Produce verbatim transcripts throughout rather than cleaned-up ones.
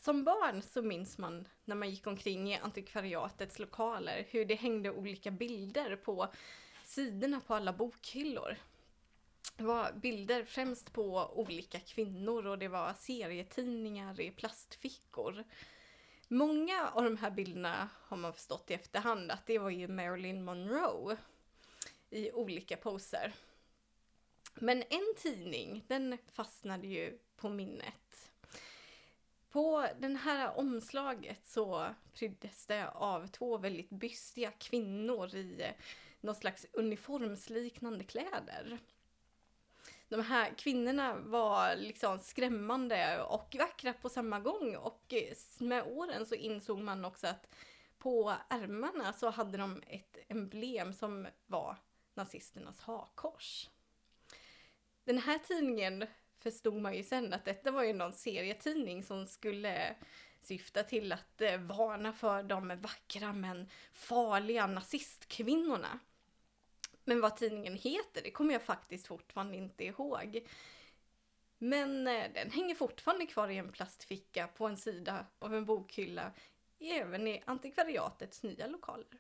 som barn så minns man när man gick omkring i antikvariatets lokaler hur det hängde olika bilder på sidorna på alla bokhyllor. Det var bilder främst på olika kvinnor och det var serietidningar i plastfickor. Många av de här bilderna har man förstått i efterhand att det var ju Marilyn Monroe i olika poser. Men en tidning, den fastnade ju på minnet. På den här omslaget så pryddes det av två väldigt bystiga kvinnor i någon slags uniformsliknande kläder. De här kvinnorna var liksom skrämmande och vackra på samma gång, och med åren så insåg man också att på ärmarna så hade de ett emblem som var nazisternas hakkors. Den här tidningen förstod man ju sen att detta var ju någon serietidning som skulle syfta till att eh, varna för de vackra men farliga nazistkvinnorna. Men vad tidningen heter, det kommer jag faktiskt fortfarande inte ihåg. Men eh, den hänger fortfarande kvar i en plastficka på en sida av en bokhylla, även i antikvariatets nya lokaler.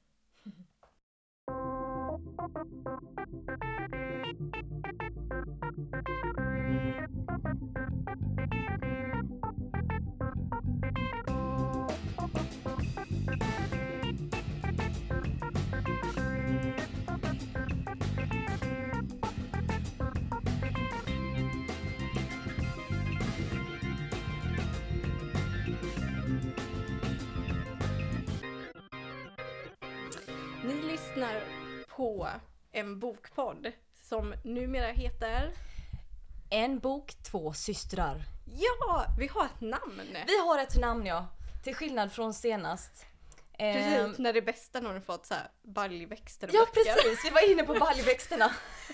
Ni lyssnar på en bokpodd som numera heter... En bok, två systrar. Ja, vi har ett namn. Vi har ett namn, ja. Till skillnad från senast. Precis, Ehm, när det bästa när du fått så här baljväxter och Ja, böcker. precis. Vi var inne på baljväxterna.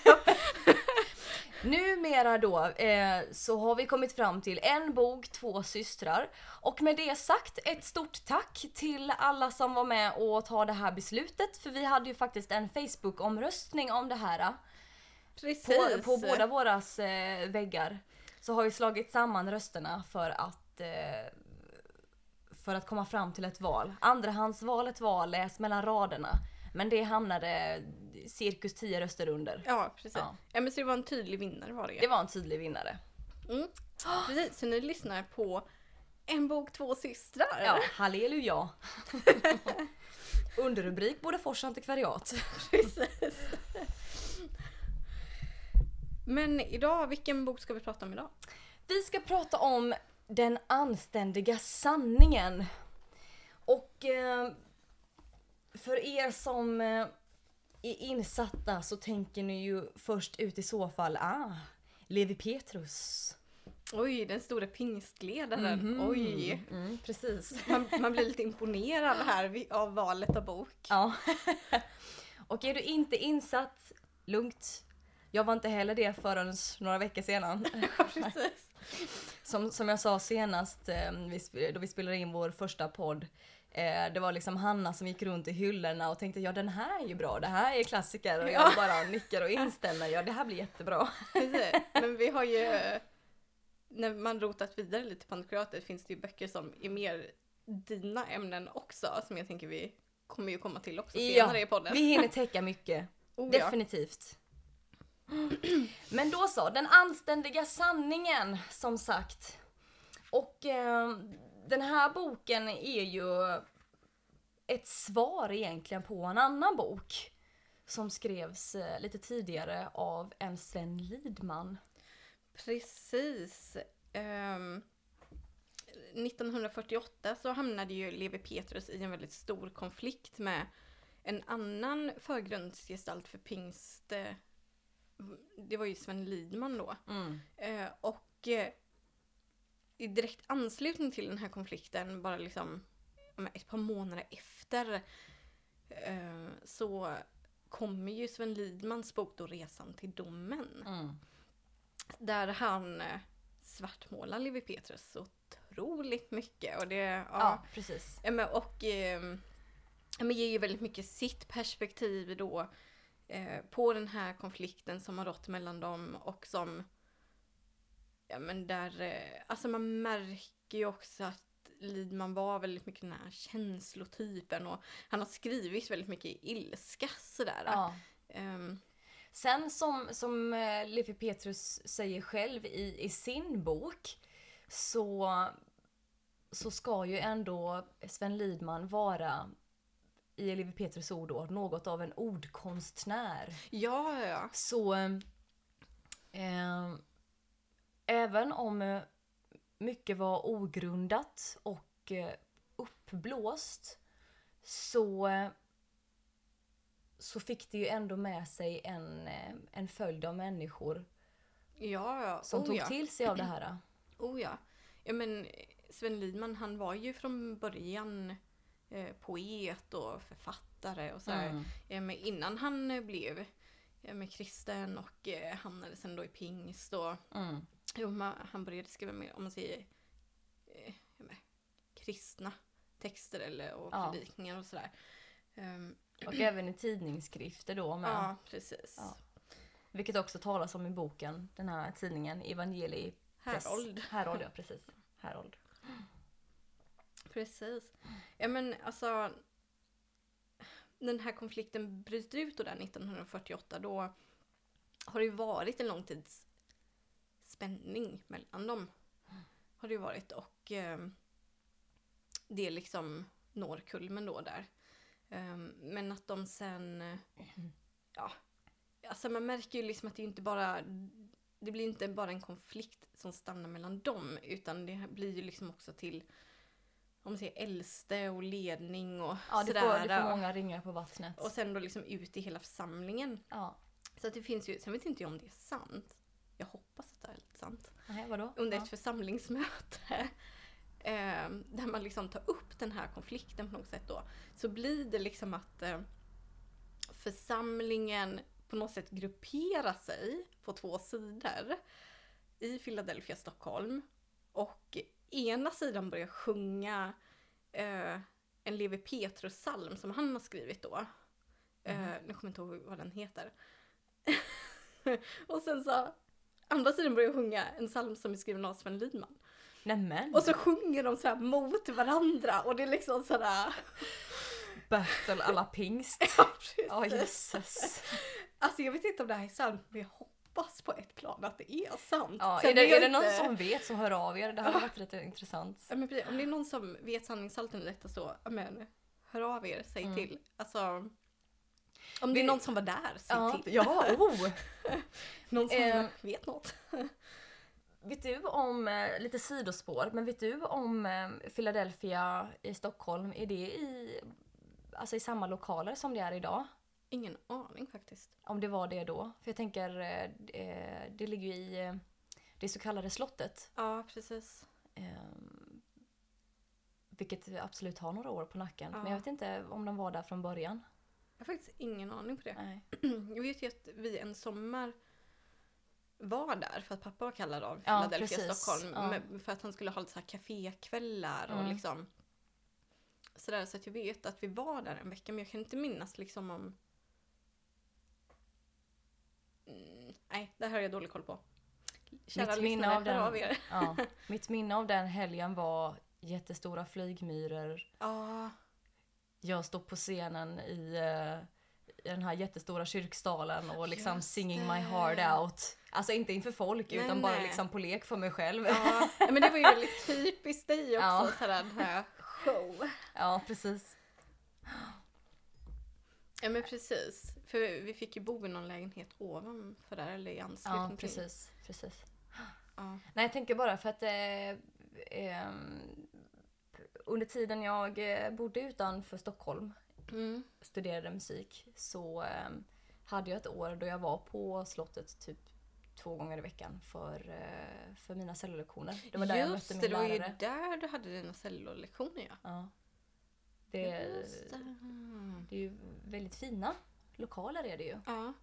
Numera då eh, så har vi kommit fram till en bok, två systrar. Och med det sagt, ett stort tack till alla som var med och ta det här beslutet. För vi hade ju faktiskt en Facebook-omröstning om det här. Precis. På, på båda våras eh, väggar så har vi slagit samman rösterna för att eh, för att komma fram till ett val. Andrahandsvalet var läs mellan raderna, men det hamnade cirkus tio röster under. Ja, precis. Ja. Ja, men så det var en tydlig vinnare var det. Det var en tydlig vinnare. Mm. Precis, så ni lyssnar på En bok, två systrar. Ja, halleluja. Underrubrik Bodefors antikvariat. Precis. Men idag, vilken bok ska vi prata om idag? Vi ska prata om Den anständiga sanningen. Och eh, för er som eh, är insatta så tänker ni ju först ut i så fall, ah, Levi Petrus. Oj, den stora pingstledaren. Mm-hmm. Oj. Mm, precis. Man, man blir lite imponerad här av valet av bok. Ja. Och är du inte insatt, lugnt. Jag var inte heller det förrän några veckor sedan. Precis. Som, som jag sa senast eh, vi, då vi spelade in vår första podd. Eh, det var liksom Hanna som gick runt i hyllorna och tänkte, ja den här är ju bra, det här är klassiker. Och jag bara nickar och instämmer, ja det här blir jättebra. Precis. Men vi har ju, när man rotat vidare lite på antikvariatet finns det ju böcker som är mer dina ämnen också. Som jag tänker vi kommer ju komma till också senare Ja, i podden. vi hinner täcka mycket. Oh, ja. Definitivt. Men då så, den anständiga sanningen som sagt. Och eh, den här boken är ju ett svar egentligen på en annan bok som skrevs eh, lite tidigare av en Sven Lidman. Precis. Um, nittonhundrafyrtioåtta så hamnade ju Levi Petrus i en väldigt stor konflikt med en annan förgrundsgestalt för pingst. Det var ju Sven Lidman då. Mm. Uh, och uh, i direkt anslutning till den här konflikten, bara liksom ett par månader efter, uh, så kommer ju Sven Lidmans bok då Resan till domen. Mm. Där han uh, svartmålar Levi Petrus otroligt mycket. Och det, ja, ja precis. Ja, men, och uh, men ger ju väldigt mycket sitt perspektiv då uh, på den här konflikten som har rått mellan dem och som ja men där, alltså man märker tycker ju också att Lidman var väldigt mycket den här känslotypen och han har skrivit väldigt mycket ilska sådär. Ja. Um, Sen som, som Levi Petrus säger själv i, i sin bok så, så ska ju ändå Sven Lidman vara, i Levi Petrus ord då, något av en ordkonstnär. ja, ja. Så eh, även om mycket var ogrundat och eh, uppblåst så, så fick det ju ändå med sig en, en följd av människor Ja, ja. som oh, tog ja. till sig av det här. Oh ja. Ja men Sven Lidman han var ju från början eh, poet och författare och så här. Mm. Eh, men innan han eh, blev eh, med kristen och eh, hamnade sen då i pingst och Mm. jo, man, han började skriva mer om man säger eh, ja, men, kristna texter eller och Ja. predikningar och sådär. Um, Och även i tidningsskrifter då med. ja, precis. Ja. Vilket också talas om i boken, den här tidningen Evangelii Härold. Härold, ja precis. Härold. Precis. Ja men alltså den här konflikten bryter ut då där nittonhundrafyrtioåtta, då har det ju varit en lång tids spänning mellan dem. Har det ju varit och eh, det liksom når kulmen då där. Eh, men att de sen eh, ja, alltså man märker ju liksom att det är inte bara det blir inte bara en konflikt som stannar mellan dem utan det blir ju liksom också till om man säger äldste och ledning och Ja, det sådär. får, det får många ringar på vattnet. Och sen då liksom ut i hela församlingen. Ja. Så att det finns ju, sen vet inte jag om det är sant. Jag hoppas att det är lite sant. Nej, vadå? Under Ja. ett församlingsmöte. Eh, där man liksom tar upp den här konflikten på något sätt då. Så blir det liksom att eh, församlingen på något sätt grupperar sig på två sidor. I Philadelphia, Stockholm. Och ena sidan börjar sjunga eh, en Levi Petrus-psalm som han har skrivit då. Mm. Eh, nu kommer jag inte ihåg vad den heter. Och sen så andra sidan börjar sjunga en psalm som är skriven av Sven Lidman. Nämen. Och så sjunger de så här mot varandra och det är liksom sådär. Battle alla pingst. Ja, precis. Ja, jösses. Alltså jag vet inte om det här är sant, men jag hoppas på ett plan att det är sant. Ja, Sen är det, vet jag är det någon inte- som vet så hör av er. Det hade varit lite intressant. Ja, men precis. Om det är någon som vet sanningshalten i detta så, ja, men hör av er, säg Mm. till. Alltså, om det är Vi- någon som var där, säg Ja, till. ja oh. Någon som Eh. vet något. Vet du om, eh, lite sidospår, men vet du om eh, Philadelphia i Stockholm, är det i, alltså i samma lokaler som det är idag? Ingen aning faktiskt. Om det var det då. För jag tänker, eh, eh, det ligger ju i eh, det så kallade slottet. Ja, precis. Eh, vilket absolut har några år på nacken. Ja. Men jag vet inte om de var där från början. Jag har faktiskt ingen aning på det. Nej. Jag vet ju att vi en sommar var där för att pappa var kallad av Ja, Philadelphia, precis. Stockholm. Ja. med- För att han skulle ha lite så här kafékvällar och Mm. liksom sådär. Så att jag vet att vi var där en vecka, men jag kan inte minnas liksom om... Mm, nej, det här har jag dålig koll på. Kära Mitt minne lyssnare, av hör den- av er. Ja. Mitt minne av den helgen var jättestora flygmyror. Ja, Jag stod på scenen i, eh, i den här jättestora kyrkstalen och liksom Just singing det. my heart out. Alltså inte inför folk Nej, utan bara nej. liksom på lek för mig själv. ja. Ja, men det var ju väldigt typiskt dig också, Ja. sådär den här show. Ja, precis. Ja men precis, för vi fick ju bo i någon lägenhet ovanför där eller i anslutning Ja, till. precis. precis. Ja. Nej, jag tänker bara för att eh, eh, under tiden jag eh, bodde utanför Stockholm, Mm. studerade musik, så eh, hade jag ett år då jag var på slottet typ två gånger i veckan för, eh, för mina cellolektioner. Det var där jag mötte Just min det, det var ju lärare. där du hade dina cellolektioner ja. Ja. Det, Just det. det är ju väldigt fina lokaler är det ju. Ja.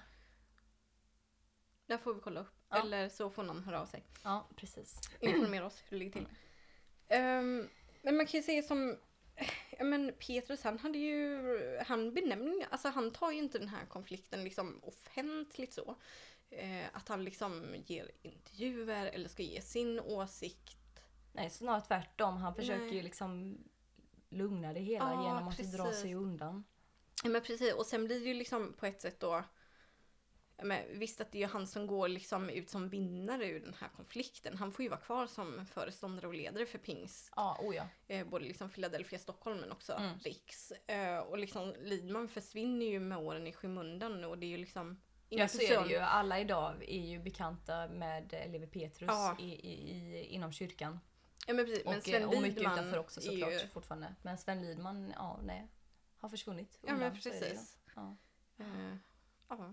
Där får vi kolla upp. Ja. Eller så får någon höra av sig. Ja, precis. Informera oss hur det ligger till. Ehm, men man kan ju säga som ja, men Petrus han hade ju han benämner alltså han tar ju inte den här konflikten liksom offentligt så. Eh, att han liksom ger intervjuer eller ska ge sin åsikt Nej, snarare tvärtom. Han försöker Nej. ju liksom lugna det hela Ja, genom att precis. dra sig undan. Ja, men precis. Och sen blir det ju liksom på ett sätt då, ja, men visst att det är ju han som går liksom ut som vinnare ur den här konflikten. Han får ju vara kvar som föreståndare och ledare för Pingst. Ja, oh ja. Eh, både liksom Philadelphia, Stockholm men också Mm. Riks. Eh, och liksom Lidman försvinner ju med åren i skymundan och det är ju liksom Ja, så är det ju. Alla idag är ju bekanta med Levi Petrus Ja. i, i, i, inom kyrkan. Ja, men precis. Men Och, Sven och mycket Lidman utanför också är såklart ju... fortfarande. Men Sven Lidman, ja nej, har försvunnit Ja, undan, men så är det ju. precis. Ja. Eh, ja.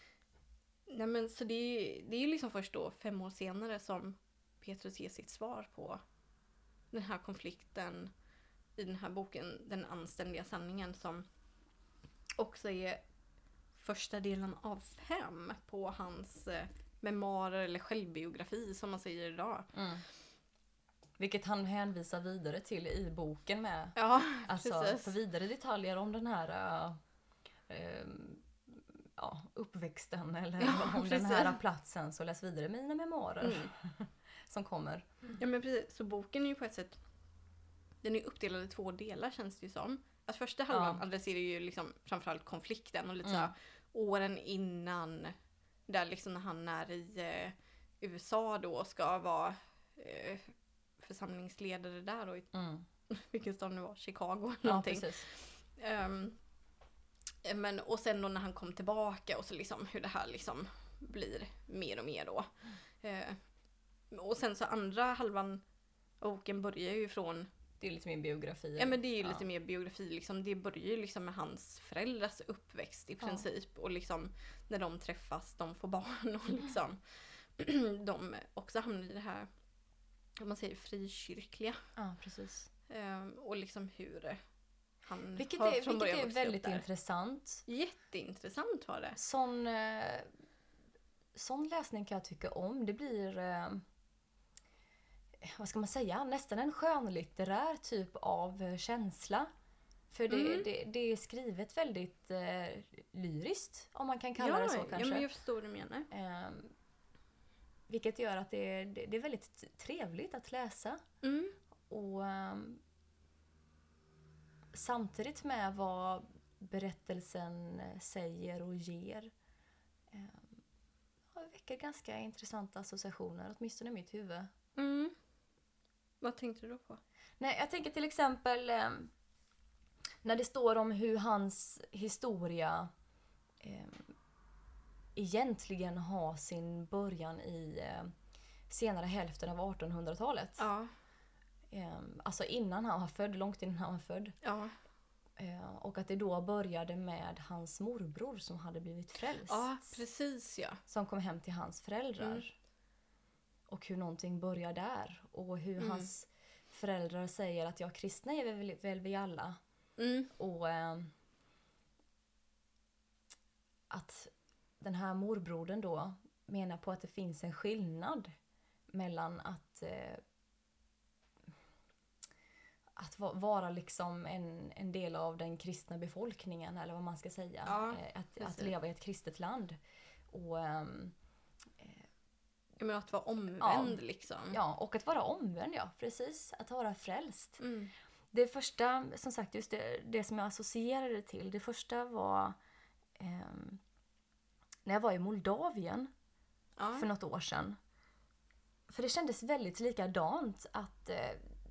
Nej, men så det är ju det är ju liksom först då, fem år senare, som Petrus ger sitt svar på den här konflikten i den här boken, Den anständiga sanningen, som också är första delen av fem på hans eh, memoarer eller självbiografi som man säger idag. Mm. Vilket han hänvisar vidare till i boken med. Ja, Alltså precis. för vidare detaljer om den här uh, uh, ja, uppväxten eller Ja, om precis. den här platsen, så läs vidare mina memoarer Mm. som kommer. Ja, men precis. Så boken är ju på ett sätt, den är uppdelad i två delar känns det ju som. Att första halvan Ja. adresserar ju liksom framförallt konflikten och lite Mm. så här åren innan, där liksom när han är i eh, U S A då och ska vara eh, församlingsledare där och i Mm. vilken stad det var, Chicago eller Ja, någonting. precis. Ehm, men, och sen då när han kom tillbaka och så liksom hur det här liksom blir mer och mer då. Eh, och sen så andra halvan av boken börjar ju från, Det är lite min biografi. ja men det är ju Ja. lite mer biografi liksom, det börjar ju liksom med hans föräldrars uppväxt i Ja. princip och liksom när de träffas, de får barn och liksom de också hamnar i det här, om man säger frikyrkliga. Ja, precis. Ehm, och liksom hur han Vilket har är, från vilket början är vuxit upp väldigt där. intressant. Jätteintressant var det. Sån, eh, sån läsning kan jag tycka om. Det blir, eh, vad ska man säga, nästan en skönlitterär typ av eh, känsla. För det, Mm. det, det är skrivet väldigt eh, lyriskt, om man kan kalla ja, det så ja, kanske. men jag förstår vad du menar. Eh, vilket gör att det, är- det, det är väldigt trevligt att läsa. Mm. Och ehm, samtidigt med vad berättelsen eh, säger och ger eh, ja, väcker ganska intressanta associationer, åtminstone i mitt huvud. Mm. Vad tänkte du då på? Nej, jag tänker till exempel eh, när det står om hur hans historia eh, egentligen har sin början i eh, senare hälften av artonhundratalet. Ja. Eh, alltså innan han var född, långt innan han var född. Ja. Eh, och att det då började med hans morbror som hade blivit frälst. Ja, precis ja. Som kom hem till hans föräldrar. Mm. Och hur någonting börjar där. Och hur Mm. hans föräldrar säger att ja, kristna är väl, väl vi alla. Mm. Och eh, att den här morbrodern då menar på att det finns en skillnad mellan att eh, att va- vara liksom en, en del av den kristna befolkningen, eller vad man ska säga. Ja, Eh, att, att precis. leva i ett kristet land. Och, ehm, Jag menar att vara omvänd liksom. ja, och att vara omvänd, ja. Precis. Att vara frälst. Mm. Det första, som sagt, just det, det som jag associerade till, det första var ehm, när jag var i Moldavien Ja. för något år sedan. För det kändes väldigt likadant att eh,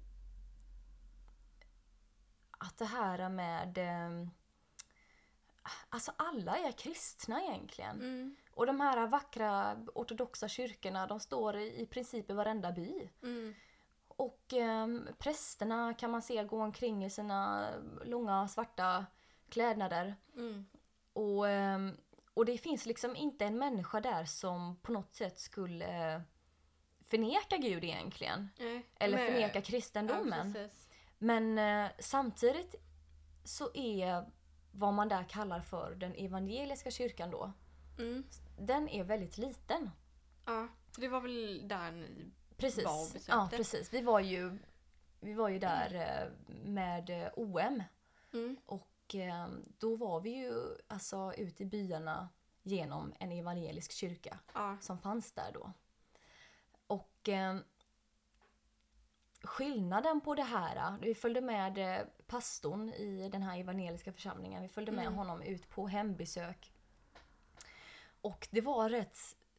att det här med eh, alltså alla är kristna egentligen. Mm. Och de här vackra ortodoxa kyrkorna, de står i, i princip i varenda by. Mm. Och eh, prästerna kan man se gå omkring i sina långa svarta klädnader. Mm. Och, eh, och det finns liksom inte en människa där som på något sätt skulle eh, förneka Gud egentligen. Nej. Eller Men- förneka Ja, kristendomen. precis. Men eh, samtidigt så är vad man där kallar för den evangeliska kyrkan då, Mm. den är väldigt liten. Ja, för det var väl där ni Precis. var och besökte. Ja, precis. Vi var ju, vi var ju där eh, med eh, O M. Mm. Och eh, då var vi ju alltså ute i byarna genom en evangelisk kyrka Ja. som fanns där då. Och eh, skillnaden på det här, vi följde med eh, pastorn i den här evangeliska församlingen, vi följde med Mm. honom ut på hembesök. Och det var rätt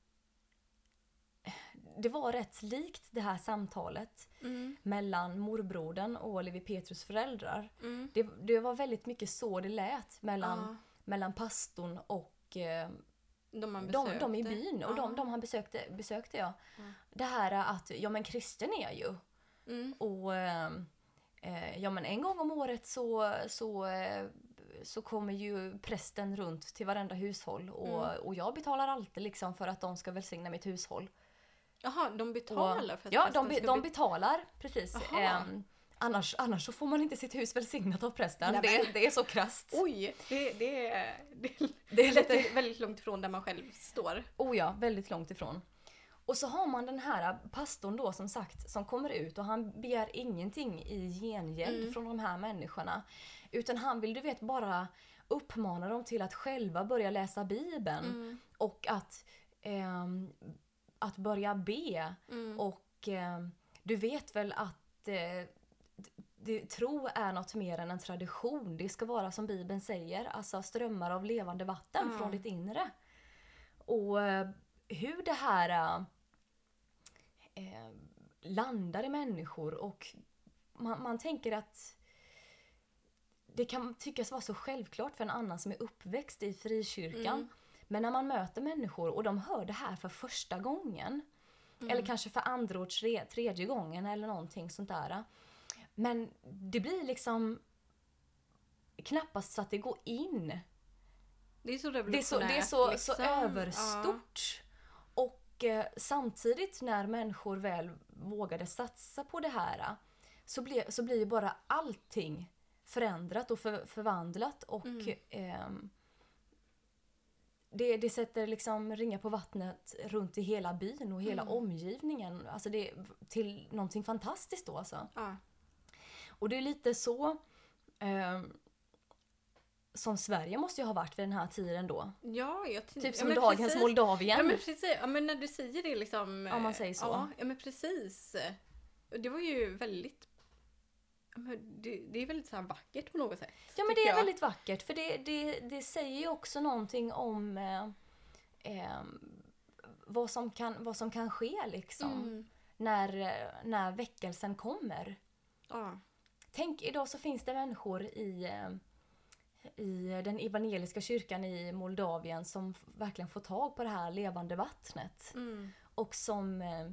det var rätt likt det här samtalet Mm. mellan morbrodern och Levi Petrus föräldrar. Mm. Det, det var väldigt mycket så det lät mellan, Ja. mellan pastorn och eh, De man de, besökte. de i byn. Och Ja. de, de han besökte, besökte jag. Ja. Det här att, ja men kristen är ju. Mm. Och eh, eh, ja men en gång om året så, så, eh, så kommer ju prästen runt till varenda hushåll. Och, Mm. och jag betalar alltid liksom för att de ska välsigna mitt hushåll. Jaha, de betalar för att Ja, prästen de, be, ska de be- betalar, precis. Jaha. Ehm, annars, annars så får man inte sitt hus välsignat av prästen. Nej, Det, men- det är så krasst. Oj, det, det, är- det, Det är lite, det är väldigt långt ifrån där man själv står. oh ja, väldigt långt ifrån. Och så har man den här pastorn då som sagt som kommer ut och han begär ingenting i gengäld Mm. från de här människorna. Utan han vill, du vet, bara uppmana dem till att själva börja läsa Bibeln. Mm. Och att, ehm, att börja be. Mm. Och eh, du vet väl att eh, det, tro är något mer än en tradition. Det ska vara som Bibeln säger, alltså strömmar av levande vatten Ja. från ditt inre. Och eh, hur det här eh, landar i människor och man, man tänker att det kan tyckas vara så självklart för en annan som är uppväxt i frikyrkan. Mm. Men när man möter människor och de hör det här för första gången Mm. eller kanske för andra och tre, tredje gången eller någonting sånt där. Men det blir liksom knappast så att det går in. Det är så Det är så, revolutionärt. det är så, liksom. så överstort. Och eh, samtidigt när människor väl vågade satsa på det här så, ble, så blir ju bara allting förändrat och för, förvandlat och Mm. ehm, det, det sätter liksom ringar på vattnet runt i hela byn och hela Mm. omgivningen. Alltså det är till någonting fantastiskt då alltså. Ja. Och det är lite så ehm, som Sverige måste ju ha varit vid den här tiden då. Ja, jag ty- Typ ja, som men dagens precis. Moldavien. Ja men precis, ja, men när du säger det liksom. Om man säger så. Ja, ja men precis. Det var ju väldigt, ja, men det, det är väldigt så här vackert på något sätt. Ja men det tycker är jag. väldigt vackert för det, det, det säger ju också någonting om eh, eh, vad, som kan, vad som kan ske liksom Mm. när, eh, när väckelsen kommer. Ja. Tänk, idag så finns det människor i, eh, i den evangeliska kyrkan i Moldavien som f- verkligen får tag på det här levande vattnet. Mm. Och som eh,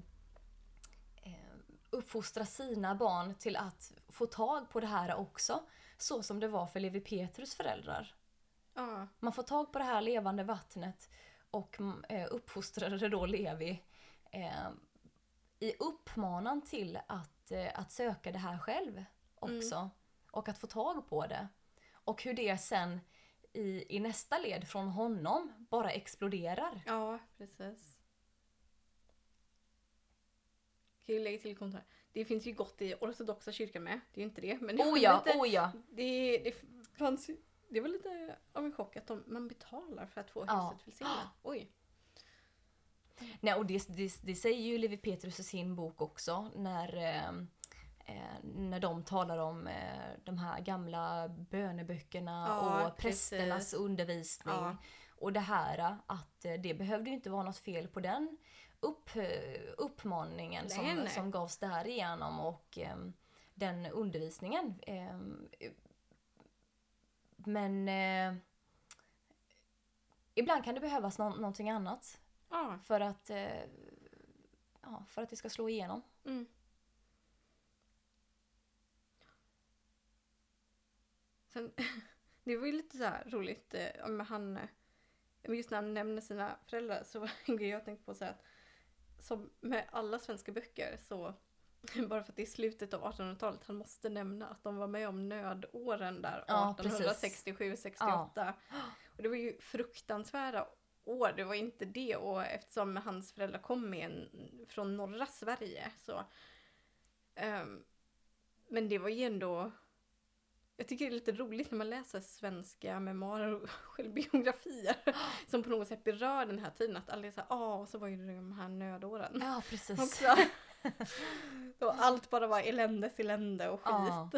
eh, uppfostrar sina barn till att få tag på det här också. Så som det var för Levi Petrus föräldrar. Ja. Man får tag på det här levande vattnet och mm, eh, uppfostrade då Levi eh, i uppmanan till att, eh, att söka det här själv också. Mm. Och att få tag på det. Och hur det sen i, i nästa led från honom bara exploderar. Ja, precis. Kan ju lägga till kommentar. Det finns ju gott i ortodoxa kyrkan med. Det är ju inte det. Men det var Oh ja, lite, oh ja. det, det fanns ju, det var lite av en chock att de, man betalar för att få Ja. huset välsignat. Oj. Nej, och det, det, det säger ju Levi Petrus i sin bok också när, eh, eh, när de talar om eh, de här gamla böneböckerna Ja, och prästernas precis. undervisning. Ja. Och det här att eh, det behövde ju inte vara något fel på den upp, eh, uppmaningen Nej, som, nej. som gavs där igenom och eh, den undervisningen. Eh, men eh, ibland kan det behövas nå- någonting annat. Ja. För att, eh, ja, för att det ska slå igenom. Mm. Sen, det var ju lite så här roligt. eh, Om han, eh, just när han nämner sina föräldrar så var en grej jag tänkte på så här att som med alla svenska böcker så bara för att det är slutet av artonhundratalet han måste nämna att de var med om nödåren där Ja, precis. artonhundrasextiosju sextioåtta. Och det var ju fruktansvärda år, det var inte det. Och eftersom hans föräldrar kom med en, från norra Sverige så um, men det var ju ändå, jag tycker det är lite roligt när man läser svenska memoarer och självbiografier som på något sätt berör den här tiden, att alla är såhär, ja, och så var ju det de här nödåren Ja, precis. också. Och allt bara var eländes elände och skit. Ja.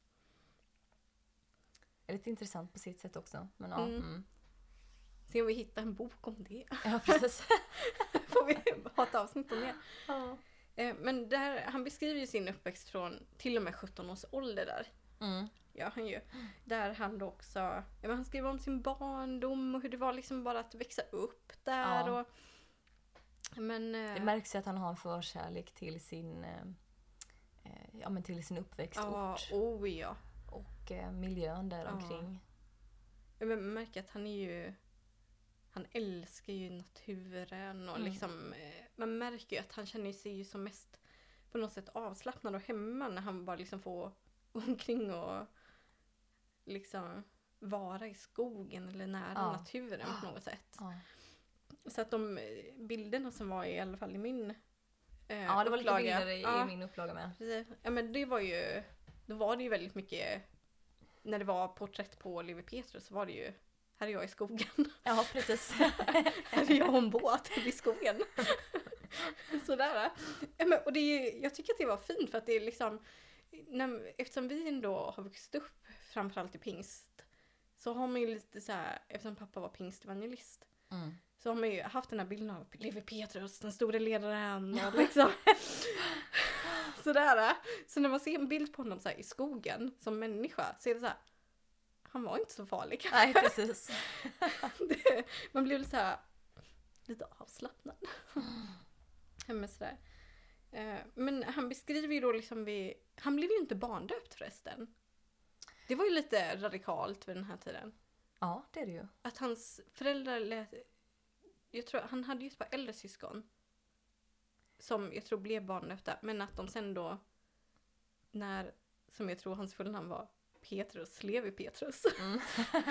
Det är lite intressant på sitt sätt också. Men ja. Mm. Mm. Se om vi hittar en bok om det. Ja, precis. Får vi ha ett avsnitt om det. Ja. Eh, Men där, han beskriver ju sin uppväxt från till och med sjutton års ålder där. Mm. Ja, han ju. Där han då också, ja, men han skriver om sin barndom och hur det var liksom bara att växa upp där. Ja. Och, men, eh, Det märks ju att han har en förkärlek till sin, eh, eh, ja, men till sin uppväxtort. ja, oh ja. Och eh, miljön där Ja. omkring. Ja, men man märker att han är ju, han älskar ju naturen och Mm. liksom, eh, man märker ju att han känner sig ju som mest på något sätt avslappnad och hemma när han bara liksom får omkring och liksom vara i skogen eller nära Ja. naturen på något sätt. Ja. Så att de eh, bilderna som var i alla fall i min eh, Ja, det var lite upplaga, bilder i, ja, i min upplaga med. precis. Ja, men det var ju, då var det ju väldigt mycket, när det var porträtt på Levi Petrus så var det ju, här är jag i skogen. Ja, precis. Här är jag på en båt i skogen. Sådär. Ja, men, och det är, ju- jag tycker att det var fint för att det är liksom, när, eftersom vi ändå har vuxit upp framförallt i pingst, så har man ju lite så här, eftersom pappa var pingstevangelist, Mm. så har man ju haft den här bilden av Levi Petrus, den stora ledaren och liksom sådär. Så när man ser en bild på honom så här i skogen som människa så är det så här, han var inte så farlig. Nej, precis. Det, man blir lite så här, lite avslappnad. Ja, men sådär. Eh, Men han beskriver ju då liksom vi, han blev ju inte barndöpt förresten. Det var ju lite radikalt vid den här tiden. Ja, det är det ju. Att hans föräldrar lät, jag tror han hade ju ett par äldre syskon som jag tror blev barndöpta, men att de sen då när, som jag tror hans fulla namn var Petrus, Levi Petrus. Mm.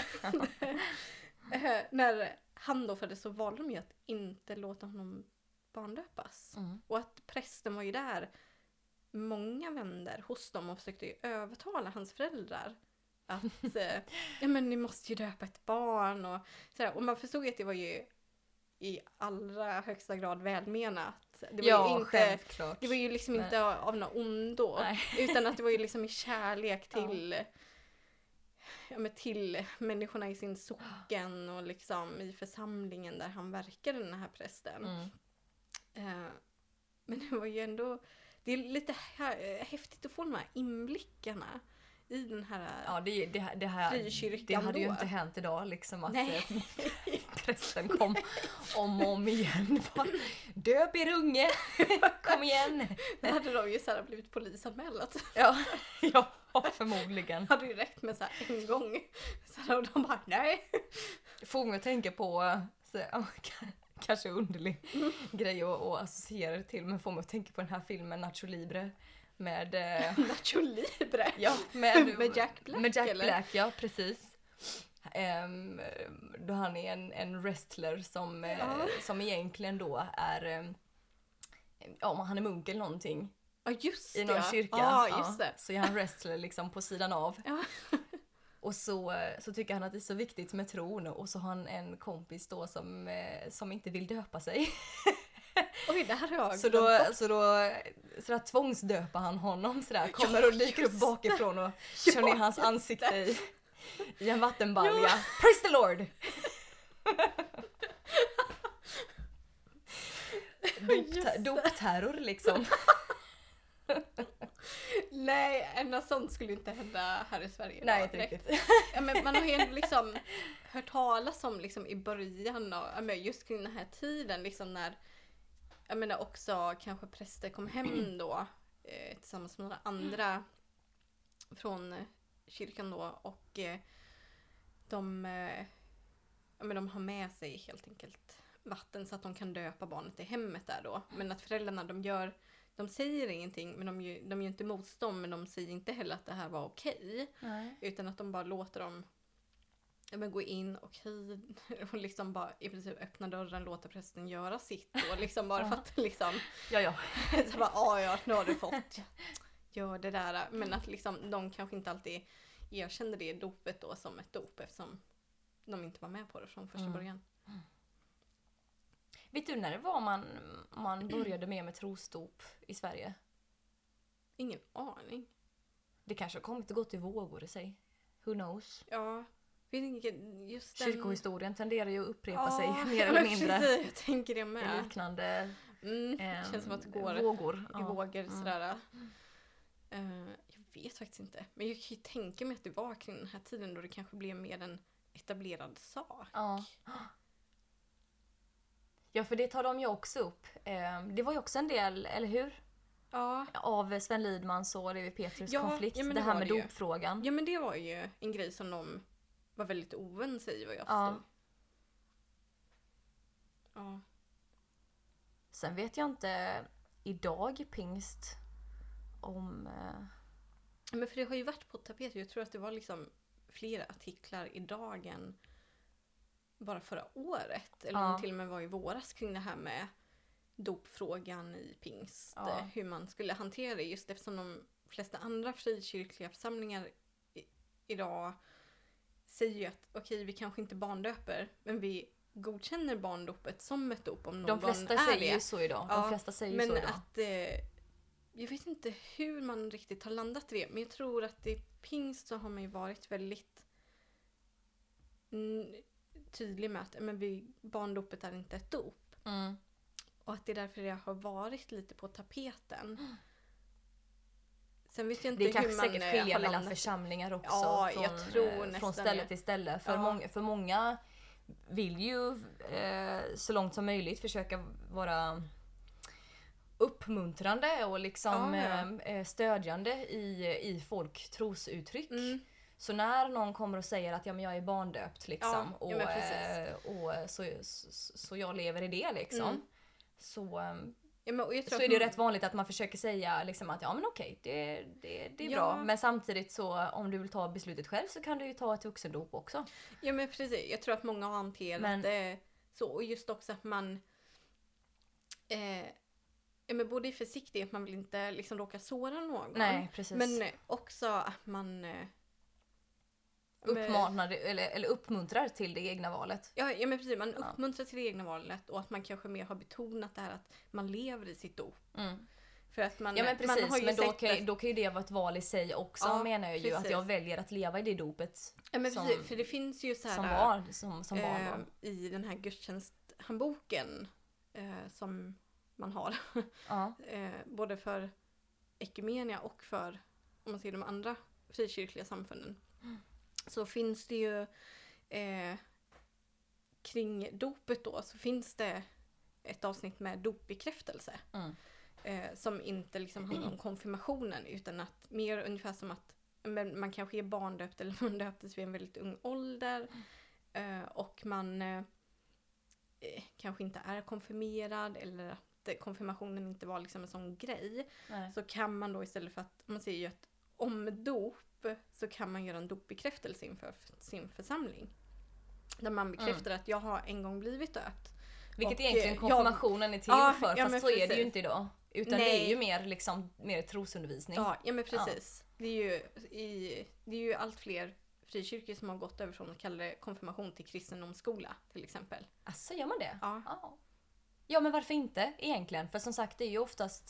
Eh, när han då föddes så valde de ju att inte låta honom barndöpas. Mm. Och att prästen var ju där många vänder hos dem och försökte ju övertala hans föräldrar att eh, ja, men ni måste ju döpa ett barn och sådär. Och man förstod ju att det var ju i allra högsta grad välmenat. Det var Ja, ju inte, självklart. det var ju liksom Nej. inte av något ondo, Nej. utan att det var ju liksom i kärlek till ja, men till människorna i sin socken och liksom i församlingen där han verkade, den här prästen. Mm. Eh, men det var ju ändå, det är lite hä- häftigt att få de här inblickarna i den här Ja, det, det, det, här, frikyrkan det hade ju då. inte hänt idag liksom att Nej. eh, prästen kom om och om igen. Bara, döp er unge, kom igen. Det hade de ju så här blivit polisanmält. Ja, ja, förmodligen. Hade ju räckt med så här en gång. Så här, och de bara, nej. Får mig att tänka på så, ja, k- kanske underlig grej att, att associera det till, men får mig att tänka på den här filmen Nacho Libre med eh, Nacho Libre. ja, med, Med Jack Black, med Jack eller? Black, ja precis. Ehm, då han är en, en wrestler som, eh, Ja. som egentligen då är, eh, ja men han är munk eller någonting Ja, just det. i någon ja. kyrka. Ja, just det. Så är han wrestler liksom på sidan av. Ja. Och så, eh, så tycker han att det är så viktigt med tron, och så har han en kompis då som, eh, som inte vill döpa sig. Oj, det här har jag Så glömt då, bort. så då sådär tvångsdöper han honom sådär, kommer och dyker upp just bakifrån och Ja, kör ner hans just ansikte i, i en vattenbalja. Praise the Lord! Dopter- Dopterror liksom. Nej, något sånt skulle inte hända här i Sverige. Nej, idag inte direkt. riktigt. Ja, men man har ju ändå liksom hört talas om liksom i början av, ja, men just kring den här tiden liksom när, jag menar också kanske präster kom hem då eh, tillsammans med några andra från eh, kyrkan då, och eh, de, eh, ja, men de har med sig helt enkelt vatten så att de kan döpa barnet i hemmet där då. Men att föräldrarna, de gör, de säger ingenting, men de, ju- de gör inte motstånd, men de säger inte heller att det här var okej. Nej. Utan att de bara låter dem, ja, men gå in, okej, och liksom bara i princip öppna dörren, låta prästen göra sitt och liksom bara Ja. för att liksom Ja, ja. så bara, ja, ja, nu har du fått, gör det där. Men att liksom de kanske inte alltid erkände det dopet då som ett dop, eftersom de inte var med på det från första Mm. början. Vet du när det var man, man började med med trosdop i Sverige? Ingen aning. Det kanske har kommit och gått i vågor i sig. Who knows? Ja. Vet inte, just den... Kyrkohistorien tenderar ju att upprepa Ja, sig mer eller mindre. Precis, jag tänker det med. I liknande Mm, eh, känns som att det går vågor. i Ja. vågor Mm. sådär. Uh, jag vet faktiskt inte. Men jag kan ju tänka mig att det var kring den här tiden då det kanske blev mer en etablerad sak. Ja. Ja, för det tar de ju också upp. Eh, det var ju också en del, eller hur? Ja. Av Sven Lidmans och Levi Petrus Ja, konflikt. ja, men det det här var med det ju. dopfrågan. Ja, men det var ju en grej som de var väldigt oense i vad jag Ja. förstod. Ja. Sen vet jag inte idag pingst om... Eh, Men för det har ju varit på tapet. Jag tror att det var liksom flera artiklar i dagen bara förra året. Eller Ja. om det till och med var i våras kring det här med dopfrågan i pingst. Ja. eh, Hur man skulle hantera det. Just eftersom de flesta andra frikyrkliga församlingar i, idag säger ju att okej, vi kanske inte barndöper, men vi godkänner barndopet som ett dop om någon de flesta är säger det. ju så idag. Ja, De flesta säger ju Men så idag. att eh, jag vet inte hur man riktigt har landat i det, men jag tror att i pingst så har man ju varit väldigt mm, tydlig med att men vi, barndopet är inte ett dop. Mm. Och att det är därför det har varit lite på tapeten. Sen vet jag inte Det kan hur man säkert eh, skilja har mellan landat. församlingar också. Ja, från, jag tror eh, nästan från ställe det. till ställe. För, Ja. många, för många vill ju eh, så långt som möjligt försöka vara uppmuntrande och liksom Ja, ja. eh, stödjande i, i folk trosuttryck. Mm. Så när någon kommer och säger att ja, men jag är barndöpt liksom, Ja, och, ja, men eh, och så, så, så jag lever i det liksom. Mm. Så, eh, Ja, men, och jag tror så att är det ju man- rätt vanligt att man försöker säga liksom att ja men okej, det, det, det är Ja. bra. Men samtidigt så om du vill ta beslutet själv så kan du ju ta ett vuxendop också. Ja, men precis. Jag tror att många har hanterat Men- det så. Och just också att man eh, ja, men både är försiktig, att man vill inte liksom råka såra någon. Nej, precis. Men eh, också att man eh, men- Uppmanar det- eller, eller uppmuntrar till det egna valet. Ja, ja men precis. Man Ja. uppmuntrar till det egna valet och att man kanske mer har betonat det här att man lever i sitt dop. Mm. För att man, Ja men man precis, har ju men då sett kan, ju- att- då kan ju det vara ett val i sig också, Ja, menar jag ju. Att precis. jag väljer att leva i det dopet Ja, men som, precis, för det finns ju så här som barn. Som, som barn eh, då. i den här gudstjänsthandboken eh, som man har. Ja. eh, både för Ekumenia och för, om man ser de andra frikyrkliga samfunden. Mm. Så finns det ju eh, kring dopet då, så finns det ett avsnitt med dopbekräftelse. Mm. Eh, som inte liksom handlar om konfirmationen, utan att mer ungefär som att men man kanske är barndöpt eller man döptes vid en väldigt ung ålder. Eh, och man eh, eh, kanske inte är konfirmerad eller att eh, konfirmationen inte var liksom en sån grej. Nej. Så kan man då istället för att, man säger ju att om dop så kan man göra en dopbekräftelse inför f- sin församling. Där man bekräftar att jag har en gång blivit döpt. Vilket Och, egentligen eh, konfirmationen är till ja, för, ja, fast men så är det ju precis. inte idag. Utan det Nej. är ju mer, liksom, mer trosundervisning. Ja, ja men precis. Det, är ju, i, det är ju allt fler frikyrkor som har gått över från att kalla det konfirmation till kristendomsskola till exempel. Alltså gör man det? Ja. Ja. Ja men varför inte egentligen? För som sagt det är ju oftast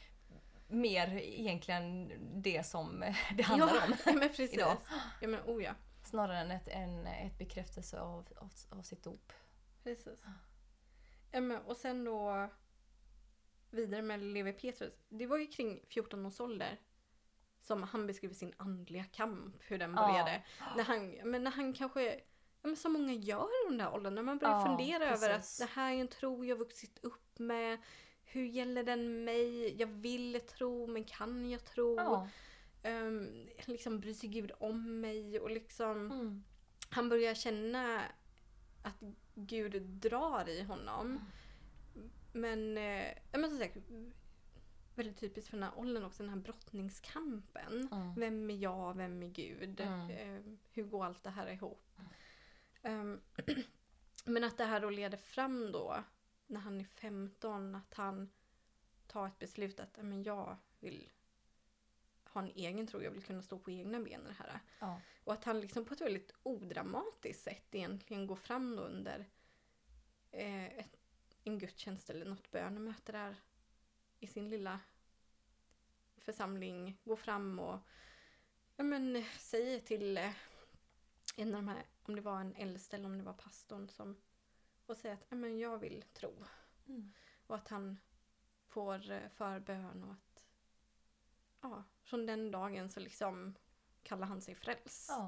mer egentligen det som det handlar ja, om ja, men precis. idag. Ja, men oh ja. Snarare än ett, en, ett bekräftelse av, av, av sitt dop. Precis. Ja, men, och sen då vidare med Levi Petrus. Det var ju kring fjorton års ålder som han beskriver sin andliga kamp, hur den Ja. började. När han, men när han kanske, ja, men som många gör i den där åldern, när man börjar Ja, fundera över att precis. det här är en tro jag vuxit upp med. Hur gäller den mig? Jag vill tro, men kan jag tro? Ja. Um, liksom bryr sig Gud om mig? Och liksom, Mm. han börjar känna att Gud drar i honom. Men, eh, ja, men som sagt, väldigt typiskt för den här åldern också, den här brottningskampen. Mm. Vem är jag, vem är Gud? Mm. Eh, hur går allt det här ihop? Um, men att det här då leder fram då, när han är femton, att han tar ett beslut att men jag vill ha en egen tro, jag vill kunna stå på egna ben i det här. Ja. Och att han liksom på ett väldigt odramatiskt sätt egentligen går fram då under eh, ett, en gudstjänst eller något bönemöte där i sin lilla församling går fram och ja, men, säger till eh, en av de här, om det var en äldste eller om det var pastorn som, och säger att ja, men, jag vill tro. Mm. Och att han får eh, förbön och att ja, från den dagen så liksom kallar han sig frälst. Ja.